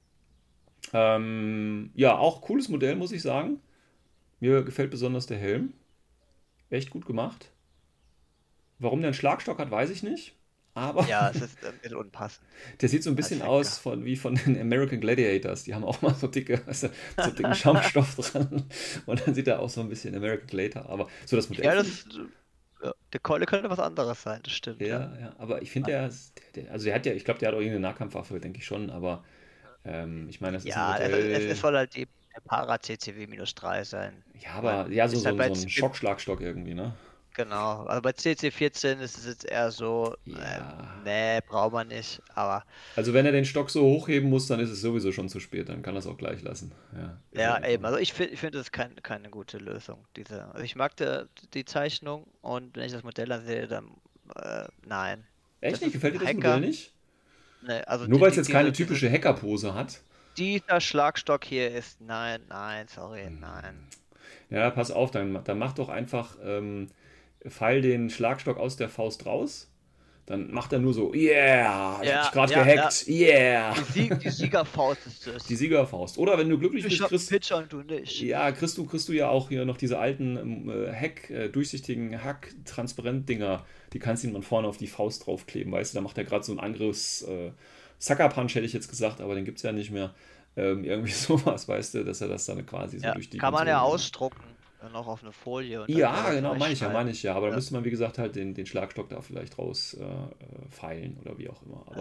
Ähm, ja, auch cooles Modell, muss ich sagen. Mir gefällt besonders der Helm. Echt gut gemacht. Warum der einen Schlagstock hat, weiß ich nicht. Aber Ja, es ist ein bisschen unpassend der sieht so ein als bisschen aus Hacker. von, wie von den American Gladiators. Die haben auch mal so dicke, also, so dicken Schaumstoff dran. Und dann sieht er auch so ein bisschen American Gladiator. Aber so das Modell Ja, finde ich. das, ja, der Keule könnte was anderes sein, das stimmt, ja. Ja, ja, aber ich finde, der, der, der, also der hat ja, ich glaube, der hat auch irgendeine Nahkampfwaffe, denke ich schon. Aber ähm, ich meine, das ist ein Ja, es, es, es Modell. soll halt die der Para-C C W drei sein. Ja, Weil aber ja, so, ist so, halt ein- bei so ein C- Schockschlagstock irgendwie, ne? genau, also bei C C vierzehn ist es jetzt eher so, äh, Ja. nee, braucht man nicht, aber Also wenn er den Stock so hochheben muss, dann ist es sowieso schon zu spät. Dann kann er es auch gleich lassen. Ja, ist halt ja, einfach. eben, also ich finde ich finde das kein, keine gute Lösung, diese, also ich mag die, die Zeichnung und wenn ich das Modell dann sehe, dann, äh, nein, Echt das nicht? ist Gefällt dir ein das Modell Hacker, nicht? ne, also Nur die, weil es die, jetzt keine diese, diese, typische Hackerpose hat. dieser Schlagstock hier ist, nein, nein, sorry, nein. Ja, pass auf, dann, dann mach doch einfach, ähm, feil den Schlagstock aus der Faust raus. Dann macht er nur so, yeah, ich hab dich Ja, gerade ja, ja, gehackt, yeah. die, Sieg, die Siegerfaust ist Die das. Siegerfaust. Oder wenn du glücklich Ich bist, hab einen kriegst, Pitcher und du nicht. ja, kriegst du, kriegst du ja auch hier noch diese alten ähm, äh, Hack, äh, durchsichtigen Hack-Transparent-Dinger. Die kannst du ihm dann vorne auf die Faust draufkleben, weißt du? Da macht er gerade so einen Angriffs, äh, Sucker-Punch, hätte ich jetzt gesagt, aber den gibt es ja nicht mehr. Ähm, irgendwie sowas, weißt du, dass er das dann quasi so Ja, durch die kann man ja Konsole. ausdrucken, dann noch auf eine Folie und dann Ja, selber genau, meine ich ja, zurechtschneiden. meine ich ja. Aber da Ja, müsste man, wie gesagt, halt den, den Schlagstock da vielleicht raus äh, äh, feilen oder wie auch immer. ja. Aber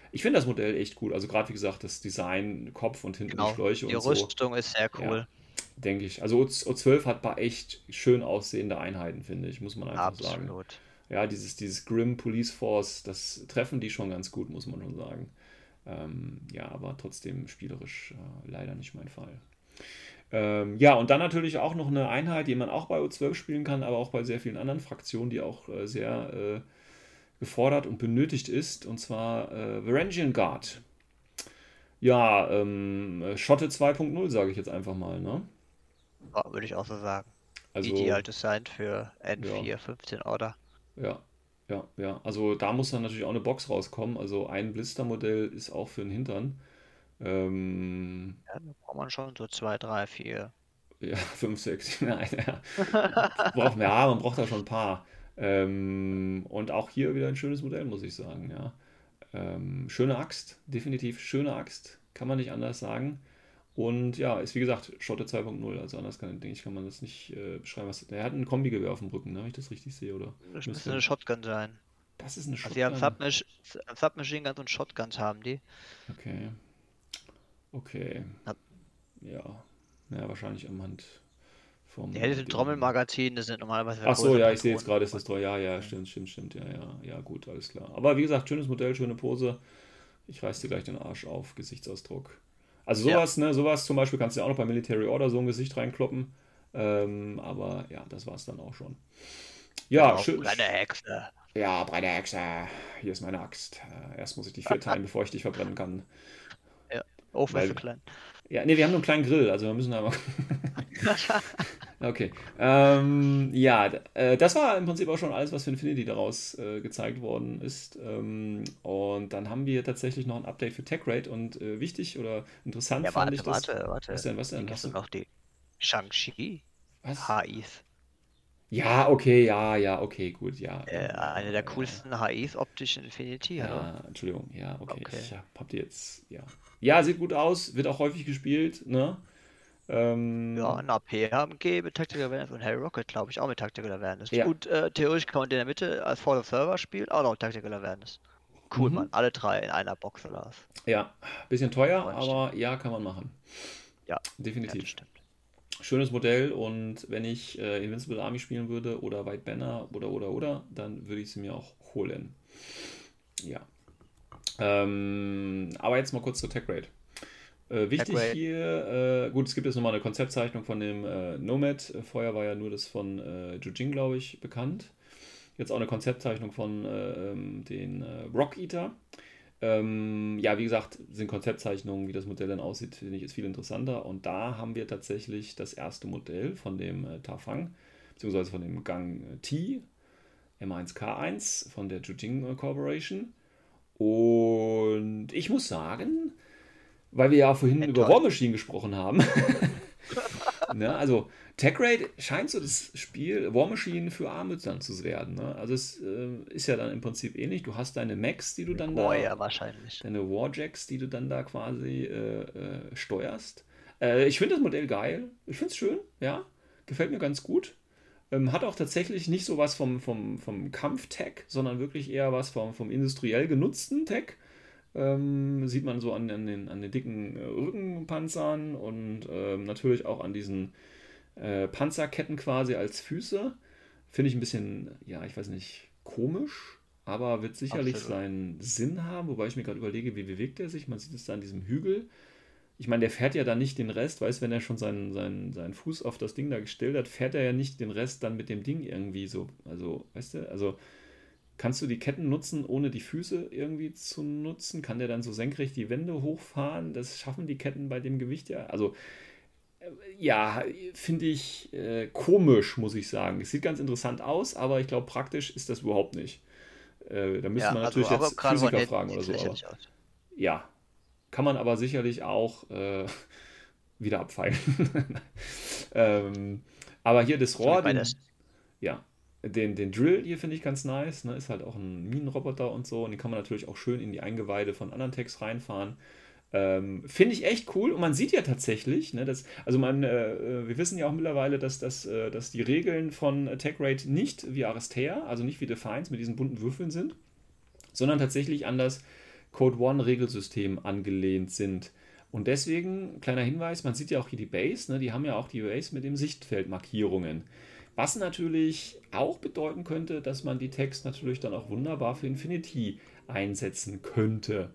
Ich finde das Modell echt cool. Also gerade wie gesagt, das Design, Kopf und hinten Genau, die Schläuche die und so. Rüstung ist sehr Ja, cool. denke ich. Also O zwölf hat ein paar echt schön aussehende Einheiten, finde ich, muss man einfach sagen. Absolut. Ja, dieses, dieses Grim Police Force, das treffen die schon ganz gut, muss man schon sagen. Ähm, ja, aber trotzdem spielerisch äh, leider nicht mein Fall. Ähm, ja, und dann natürlich auch noch eine Einheit, die man auch bei O zwölf spielen kann, aber auch bei sehr vielen anderen Fraktionen, die auch äh, sehr äh, gefordert und benötigt ist, und zwar äh, Varangian Guard. Ja, ähm, äh, Schotte zwei Punkt null, sage ich jetzt einfach mal, ne? Ja, würde ich auch so sagen. Also, Ideal Design für ja, N vier fünfzehn Order. ja, ja, ja. Also da muss dann natürlich auch eine Box rauskommen. Also ein Blister-Modell ist auch für den Hintern. Ähm, Ja, da braucht man schon so zwei, drei, vier. ja, fünf, sechs, nein, ja. Braucht, ja, man braucht da schon ein paar. Ähm, und auch hier wieder ein schönes Modell, muss ich sagen, ja. Ähm, schöne Axt, definitiv schöne Axt, kann man nicht anders sagen. Und ja, ist wie gesagt Schotte zwei Punkt null, also anders kann, denke ich, kann man das nicht äh, beschreiben. Was, er hat ein Kombigewehr auf dem Rücken, ne, wenn ich das richtig sehe, oder? Das müsste Müsste. eine Shotgun sein. Das ist eine Also die haben Shotgun. Submach Submachine Guns und Shotguns haben die. Okay, okay. Ja, Ja. Ja, wahrscheinlich am Hand die vom hätte ein Ding. Trommelmagazin, das sind normalerweise Ach so, größere ja, ich sehe jetzt Patronen. gerade, ist das teuer. Ja, ja, Ja. stimmt, stimmt, stimmt. Ja, ja, ja, gut, alles klar. Aber wie gesagt, schönes Modell, schöne Pose. Ich reiß dir gleich den Arsch auf, Gesichtsausdruck. Also Ja, sowas, ne, sowas zum Beispiel kannst du ja auch noch bei Military Order so ein Gesicht reinkloppen. Ähm, aber ja, das war's dann auch schon. Ja, genau. schön. Kleine Hexe. Ja, breite Hexe. Hier ist meine Axt. Äh, Erst muss ich dich vierteilen, bevor ich dich verbrennen kann. Ja. Ofen ist so Weil, klein. ja, nee, wir haben nur einen kleinen Grill, also wir müssen aber. Okay. Ähm, ja, d- äh, das war im Prinzip auch schon alles, was für Infinity daraus äh, gezeigt worden ist. Ähm, und dann haben wir tatsächlich noch ein Update für TechRate und äh, wichtig oder interessant Ja, fand ich warte, das. warte, Was warte. denn, was denn? Hast Vergisst du du. noch die Shang-Chi Was? H Is? Ja, okay, ja, ja, okay, gut, ja, Äh, ja, eine der ja, ja. coolsten H Is optisch in Infinity, hallo? Ja, Entschuldigung, ja, okay, ich Okay. hab, hab die jetzt, ja. Ja, sieht gut aus, wird auch häufig gespielt, ne? Ja, Ähm, ein A P A M G mit Tactical Awareness und Harry Rocket, glaube ich, auch mit Tactical Awareness. ja, Und äh, theoretisch kann man den in der Mitte als Fall of Server spielen, auch noch Tactical Awareness. Cool, mhm. Mann. Alle drei in einer Box oder was? Ja, bisschen teuer, Aber das stimmt. aber ja, kann man machen. Ja, ja, das Definitiv. stimmt. Schönes Modell, und wenn ich äh, Invincible Army spielen würde oder White Banner oder oder oder, dann würde ich sie mir auch holen. Ja. Ähm, aber jetzt mal kurz zur Tech Rate. Äh, Tech wichtig Rate, hier, äh, gut, es gibt jetzt nochmal eine Konzeptzeichnung von dem äh, Nomad. Äh, Vorher war ja nur das von äh, Jujing, glaube ich, bekannt. Jetzt auch eine Konzeptzeichnung von äh, ähm, den äh, Rock Eater. Ähm, ja, wie gesagt, sind Konzeptzeichnungen, wie das Modell dann aussieht, finde ich, ist viel interessanter. Und da haben wir tatsächlich das erste Modell von dem äh, Tafang, beziehungsweise von dem Gang äh, T, M eins K eins von der Jujing Corporation. Und ich muss sagen, weil wir ja vorhin über War enttäuscht. Machine gesprochen haben, ne, also TechRate scheint so das Spiel War Machine für Armützern zu werden. Ne? Also es äh, ist ja dann im Prinzip ähnlich. Du hast deine Mechs, die du dann Oh da, ja, wahrscheinlich. deine Warjacks, die du dann da quasi äh, äh, steuerst. Äh, ich finde das Modell geil. Ich finde es schön, ja. Gefällt mir ganz gut. Ähm, hat auch tatsächlich nicht so was vom, vom, vom Kampf-Tech, sondern wirklich eher was vom, vom industriell genutzten Tech. Ähm, sieht man so an, an, den, an den dicken äh, Rückenpanzern und ähm, natürlich auch an diesen äh, Panzerketten quasi als Füße. Finde ich ein bisschen, ja, ich weiß nicht, komisch, aber wird sicherlich Absolut. seinen Sinn haben, wobei ich mir gerade überlege, wie bewegt er sich. Man sieht es da an diesem Hügel. Ich meine, der fährt ja dann nicht den Rest, weißt, wenn er schon seinen, seinen, seinen Fuß auf das Ding da gestellt hat, fährt er ja nicht den Rest dann mit dem Ding irgendwie so. Also, weißt du, also kannst du die Ketten nutzen, ohne die Füße irgendwie zu nutzen? Kann der dann so senkrecht die Wände hochfahren? Das schaffen die Ketten bei dem Gewicht ja. Also, äh, ja, finde ich äh, komisch, muss ich sagen. Es sieht ganz interessant aus, aber ich glaube, praktisch ist das überhaupt nicht. Äh, da müsste Ja, man also, natürlich aber jetzt gerade von Physiker hinten fragen oder sieht es so, aber lächerlich aus. ja, kann man aber sicherlich auch äh, wieder abfeilen. ähm, aber hier das So wie Rohr, bei der. den, ja, den, den Drill hier finde ich ganz nice. Ne? Ist halt auch ein Minenroboter und so. Und den kann man natürlich auch schön in die Eingeweide von anderen Techs reinfahren. Ähm, finde ich echt cool. Und man sieht ja tatsächlich, ne, dass, also man, äh, wir wissen ja auch mittlerweile, dass, dass, äh, dass die Regeln von TechRate nicht wie Aristea, also nicht wie Defiance mit diesen bunten Würfeln sind, sondern tatsächlich anders Code One Regelsystem angelehnt sind. Und deswegen, kleiner Hinweis, man sieht ja auch hier die Base, ne, die haben ja auch die Base mit dem Sichtfeldmarkierungen. Was natürlich auch bedeuten könnte, dass man die Tags natürlich dann auch wunderbar für Infinity einsetzen könnte.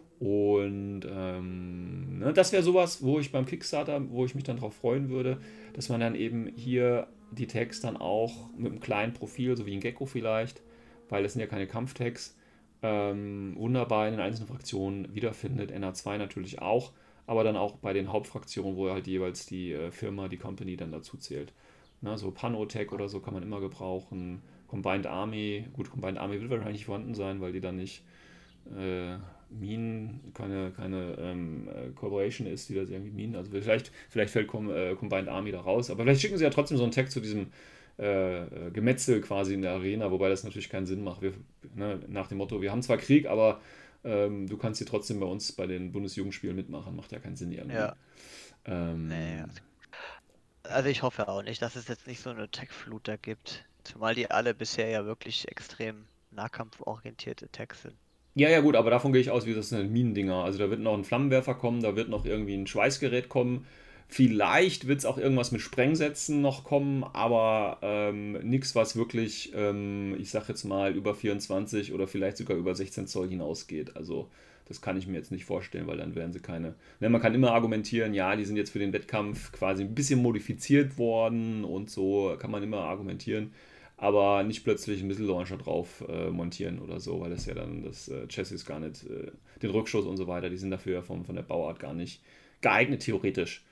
Und ähm, ne, das wäre sowas, wo ich beim Kickstarter, wo ich mich dann drauf freuen würde, dass man dann eben hier die Tags dann auch mit einem kleinen Profil, so wie ein Gecko vielleicht, weil das sind ja keine Kampftags, ähm, wunderbar in den einzelnen Fraktionen wiederfindet. N R zwei natürlich auch, aber dann auch bei den Hauptfraktionen, wo halt jeweils die äh, Firma, die Company dann dazu zählt. Na, so Panotech oder so kann man immer gebrauchen. Combined Army, gut, Combined Army wird wahrscheinlich nicht vorhanden sein, weil die dann nicht äh, Minen, keine, keine ähm, äh, Corporation ist, die das irgendwie Minen, also vielleicht, vielleicht fällt Com äh, Combined Army da raus, aber vielleicht schicken sie ja trotzdem so einen Tag zu diesem äh, Gemetzel quasi in der Arena, wobei das natürlich keinen Sinn macht. Wir, ne, nach dem Motto, wir haben zwar Krieg, aber ähm, du kannst hier trotzdem bei uns bei den Bundesjugendspielen mitmachen, macht ja keinen Sinn irgendwie. Ja. Ähm, Nee, also, also ich hoffe auch nicht, dass es jetzt nicht so eine Tech-Flut da gibt. Zumal die alle bisher ja wirklich extrem nahkampforientierte Techs sind. Ja, ja, gut, aber davon gehe ich aus, wie das sind Minendinger. Also da wird noch ein Flammenwerfer kommen, da wird noch irgendwie ein Schweißgerät kommen. Vielleicht wird es auch irgendwas mit Sprengsätzen noch kommen, aber ähm, nichts, was wirklich, ähm, ich sag jetzt mal, über vierundzwanzig oder vielleicht sogar über sechzehn Zoll hinausgeht. Also das kann ich mir jetzt nicht vorstellen, weil dann wären sie keine. Ne, man kann immer argumentieren, ja, die sind jetzt für den Wettkampf quasi ein bisschen modifiziert worden und so kann man immer argumentieren. Aber nicht plötzlich einen Missile Launcher drauf äh, montieren oder so, weil das ja dann das äh, Chassis gar nicht, äh, den Rückschuss und so weiter, die sind dafür von, von der Bauart gar nicht geeignet, theoretisch.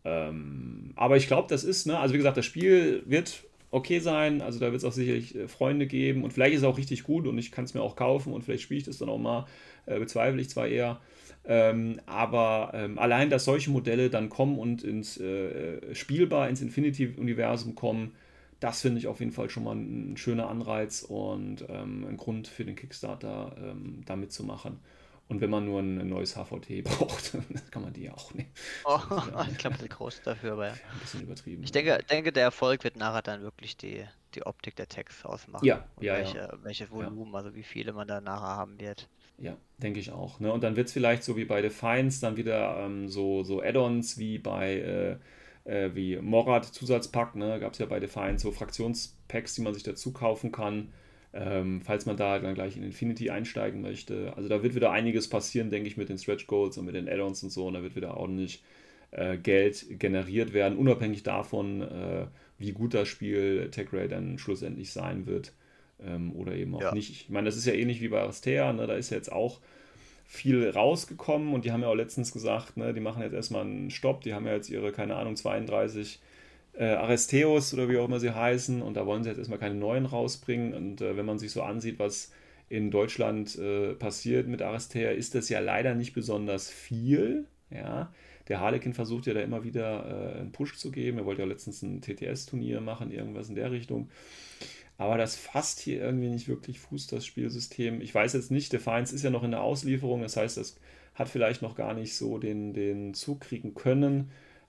Ähm, aber ich glaube, das ist, ne, also wie gesagt, das Spiel wird okay sein, also da wird es auch sicherlich äh, Freunde geben und vielleicht ist es auch richtig gut und ich kann es mir auch kaufen und vielleicht spiele ich das dann auch mal, äh, bezweifle ich zwar eher. Ähm, aber ähm, allein, dass solche Modelle dann kommen und ins äh, spielbar, ins Infinity-Universum kommen, das finde ich auf jeden Fall schon mal ein schöner Anreiz und ähm, ein Grund für den Kickstarter, ähm, da mitzumachen. Und wenn man nur ein neues H V T braucht, dann kann man die ja auch nehmen. Oh, ich glaube, das ist groß dafür, aber ja. Ein bisschen übertrieben. Ich denke, denke, der Erfolg wird nachher dann wirklich die, die Optik der Tags ausmachen. Ja, und ja, welche, ja. welche Volumen, also wie viele man da nachher haben wird. Ja, denke ich auch. Ne? Und dann wird es vielleicht so wie bei Defiance dann wieder ähm, so, so Add-ons wie bei äh, äh, wie Morad Zusatzpack, ne? Gab es ja bei Defiance so Fraktionspacks, die man sich dazu kaufen kann, ähm, falls man da dann gleich in Infinity einsteigen möchte. Also da wird wieder einiges passieren, denke ich, mit den Stretch Goals und mit den Add-ons und so. Und da wird wieder ordentlich äh, Geld generiert werden, unabhängig davon, äh, wie gut das Spiel TechRay dann schlussendlich sein wird. Ähm, oder eben auch Ja. nicht. Ich meine, das ist ja ähnlich wie bei Aristea, ne? Da ist ja jetzt auch viel rausgekommen und die haben ja auch letztens gesagt, ne, die machen jetzt erstmal einen Stopp, die haben ja jetzt ihre, keine Ahnung, zweiunddreißig äh, Aristeos oder wie auch immer sie heißen und da wollen sie jetzt erstmal keine neuen rausbringen und äh, wenn man sich so ansieht, was in Deutschland äh, passiert mit Aristea, ist das ja leider nicht besonders viel, ja. Der Harlekin versucht ja da immer wieder äh, einen Push zu geben, er wollte ja letztens ein T T S-Turnier machen, irgendwas in der Richtung. Aber das fasst hier irgendwie nicht wirklich Fuß, das Spielsystem. Ich weiß jetzt nicht, Defiance ist ja noch in der Auslieferung, das heißt, das hat vielleicht noch gar nicht so den, den Zug kriegen können.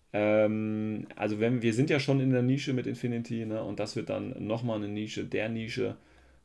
Ähm, also wenn, wir sind ja schon in der Nische mit Infinity, ne, und das wird dann nochmal eine Nische der Nische.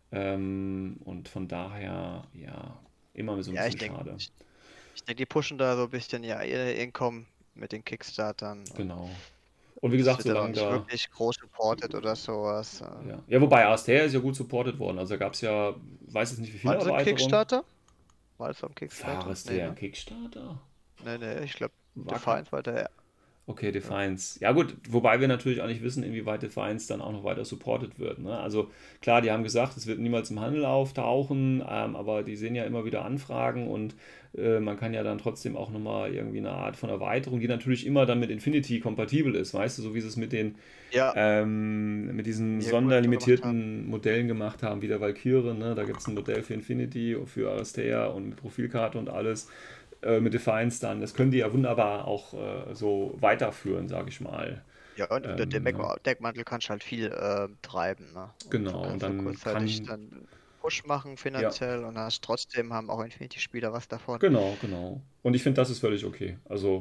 Ähm, und von daher, ja, immer so ein Ja, ich bisschen denke, schade. ich, ich denke, die pushen da so ein bisschen ja ihr Income mit den Kickstartern. und Genau. Und wie Das gesagt, wird dann auch solange nicht da. wirklich groß supported oder sowas. äh. Ja, ja wobei Aristea ist ja gut supported worden. Also da gab es ja, weiß jetzt nicht wie viele War das am Erweiterungen. Kickstarter? War das am War Kickstarter? Aristea Nee, ein ne? Kickstarter? Nee, nee, ich glaube, War kein. Defiance war der. Okay, Ja. Defiance. Ja gut, wobei wir natürlich auch nicht wissen, inwieweit Defiance dann auch noch weiter supported wird. Ne? Also klar, die haben gesagt, es wird niemals im Handel auftauchen, ähm, aber die sehen ja immer wieder Anfragen und äh, man kann ja dann trotzdem auch nochmal irgendwie eine Art von Erweiterung, die natürlich immer dann mit Infinity kompatibel ist, weißt du, so wie sie es mit den Ja, ähm, mit diesen die ja gut so gemacht haben. sonderlimitierten Modellen gemacht haben, wie der Valkyrie, ne? Da gibt es ein Modell für Infinity, für Aristea und mit Profilkarte und alles. Äh, mit Defiance dann. Das können die ja wunderbar auch äh, so weiterführen, sage ich mal. Ja, und unter dem Ähm, ne? Deck- Deckmantel kannst du halt viel äh, treiben, ne? Und so Genau, und kannst du dann kurzzeitig kann. dann Push machen Ja, finanziell und hast trotzdem haben auch Infinity-Spieler was davon. genau, genau. Und ich finde, das ist völlig okay. Also,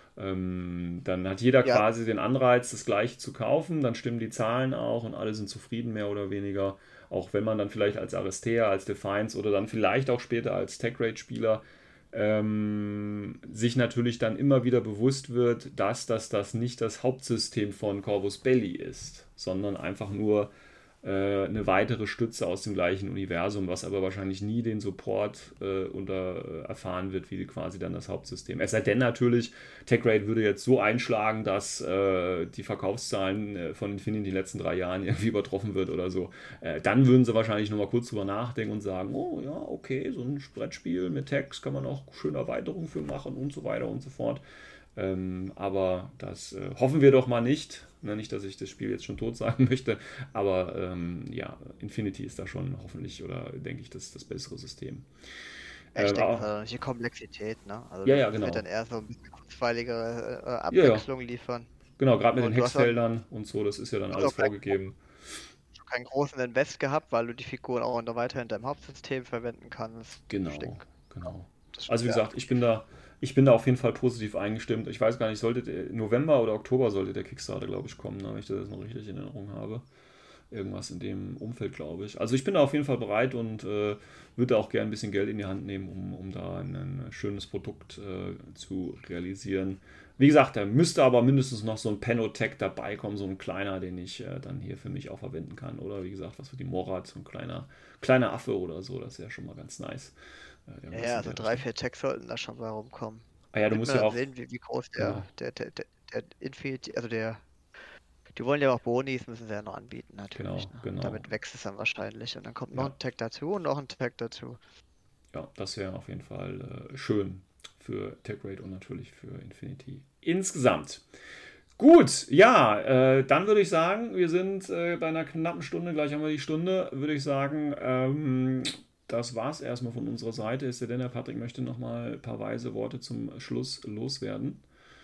ähm, dann hat jeder Ja, quasi den Anreiz, das Gleiche zu kaufen, dann stimmen die Zahlen auch und alle sind zufrieden, mehr oder weniger. auch wenn man dann vielleicht als Aristea, als Defiance oder dann vielleicht auch später als Tech-Rate-Spieler ähm, sich natürlich dann immer wieder bewusst wird, dass das, das nicht das Hauptsystem von Corvus Belli ist, sondern einfach nur äh, eine weitere Stütze aus dem gleichen Universum, was aber wahrscheinlich nie den Support äh, unter, äh, erfahren wird, wie quasi dann das Hauptsystem. Es sei denn natürlich, TechRate würde jetzt so einschlagen, dass äh, die Verkaufszahlen äh, von Infinity in den letzten drei Jahren irgendwie übertroffen wird oder so. Äh, dann würden sie wahrscheinlich nochmal kurz drüber nachdenken und sagen, oh ja, okay, so ein Brettspiel mit Text kann man auch schöne Erweiterungen für machen und so weiter und so fort. Ähm, aber das äh, hoffen wir doch mal nicht. Ne, nicht, dass ich das Spiel jetzt schon tot sagen möchte, aber ähm, ja, Infinity ist da schon hoffentlich oder denke ich das, das bessere System. Ja, ich Äh, denke, es auch, hat auch nicht die Komplexität, ne? Also ja, das ja, das wird genau. dann eher so ein bisschen kurzweiligere äh, Ja, ja, Abwechslung liefern. genau, gerade mit den Und du hast auch, Hexfeldern und so, das ist ja dann hast alles auch keinen, gro- vorgegeben. keinen großen Invest gehabt, weil du die Figuren auch noch weiter in deinem Hauptsystem verwenden kannst. Ich Genau, denke, genau. das wird Also wie sehr gesagt, ich attraktiv. bin da, ich bin da auf jeden Fall positiv eingestimmt. Ich weiß gar nicht, sollte der, November oder Oktober sollte der Kickstarter, glaube ich, kommen, ne, wenn ich das noch richtig in Erinnerung habe. Irgendwas in dem Umfeld, glaube ich. Also ich bin da auf jeden Fall bereit und äh, würde auch gerne ein bisschen Geld in die Hand nehmen, um, um da ein, ein schönes Produkt äh, zu realisieren. Wie gesagt, da müsste aber mindestens noch so ein Penotech dabei kommen, so ein kleiner, den ich äh, dann hier für mich auch verwenden kann. Oder wie gesagt, was für die Morat, so ein kleiner, kleiner Affe oder so, das wäre schon mal ganz nice. Äh, Ja, irgendwas ja, in also der drei, Richtung. vier Tags sollten da schon bei rumkommen. Ah ja, du Wird musst man ja dann auch, sehen, wie, wie groß der, genau, der, der, der, der Infinity, also der, die wollen ja auch Bonis, müssen sie ja noch anbieten, natürlich, genau, ne? genau. Damit wächst es dann wahrscheinlich. Und dann kommt noch Ja, ein Tag dazu und noch ein Tag dazu. ja, das wäre auf jeden Fall äh, schön für TechRate und natürlich für Infinity insgesamt. Gut, ja, äh, dann würde ich sagen, wir sind äh, bei einer knappen Stunde, gleich haben wir die Stunde, würde ich sagen, ähm, das war es erstmal von unserer Seite. Ist der denn, der Patrick möchte nochmal ein paar weise Worte zum Schluss loswerden.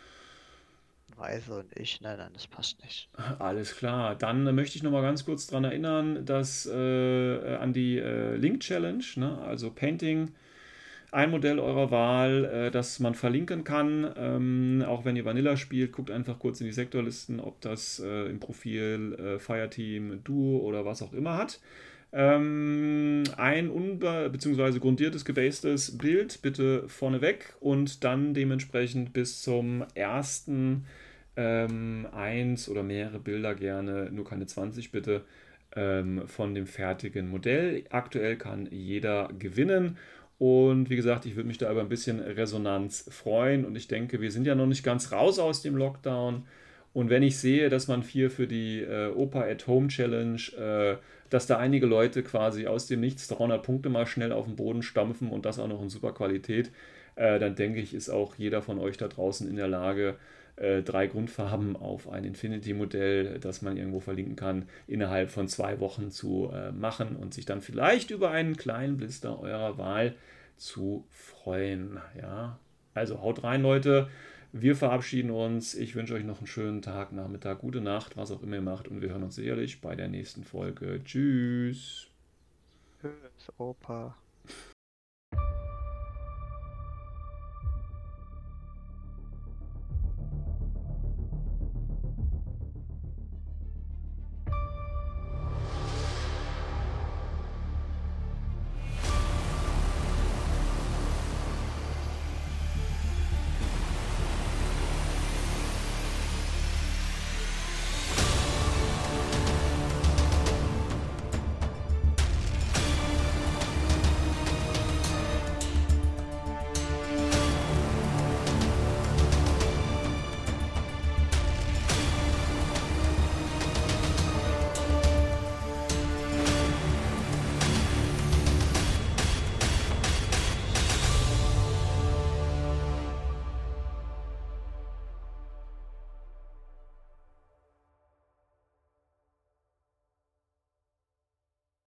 Weise und ich, nein, nein, das passt nicht. Alles klar. Dann äh, möchte ich noch mal ganz kurz daran erinnern, dass äh, an die äh, Link Challenge, ne? Also Painting, ein Modell eurer Wahl, äh, das man verlinken kann. Ähm, auch wenn ihr Vanilla spielt, guckt einfach kurz in die Sektorlisten, ob das äh, im Profil äh, Fireteam, Duo oder was auch immer hat. Ähm, ein unbe bzw. grundiertes, gebasedes Bild bitte vorneweg und dann dementsprechend bis zum ersten ähm, eins oder mehrere Bilder gerne, nur keine zwanzig bitte, ähm, von dem fertigen Modell. Aktuell kann jeder gewinnen. Und wie gesagt, ich würde mich da über ein bisschen Resonanz freuen. Und ich denke, wir sind ja noch nicht ganz raus aus dem Lockdown. Und wenn ich sehe, dass man hier für die äh, Opa at Home Challenge, äh, dass da einige Leute quasi aus dem Nichts dreihundert Punkte mal schnell auf den Boden stampfen und das auch noch in super Qualität, äh, dann denke ich, ist auch jeder von euch da draußen in der Lage, äh, drei Grundfarben auf ein Infinity-Modell, das man irgendwo verlinken kann, innerhalb von zwei Wochen zu äh, machen und sich dann vielleicht über einen kleinen Blister eurer Wahl zu freuen. Ja, also haut rein, Leute. Wir verabschieden uns. Ich wünsche euch noch einen schönen Tag, Nachmittag, gute Nacht, was auch immer ihr macht. Und wir hören uns sicherlich bei der nächsten Folge. Tschüss. Tschüss, Opa.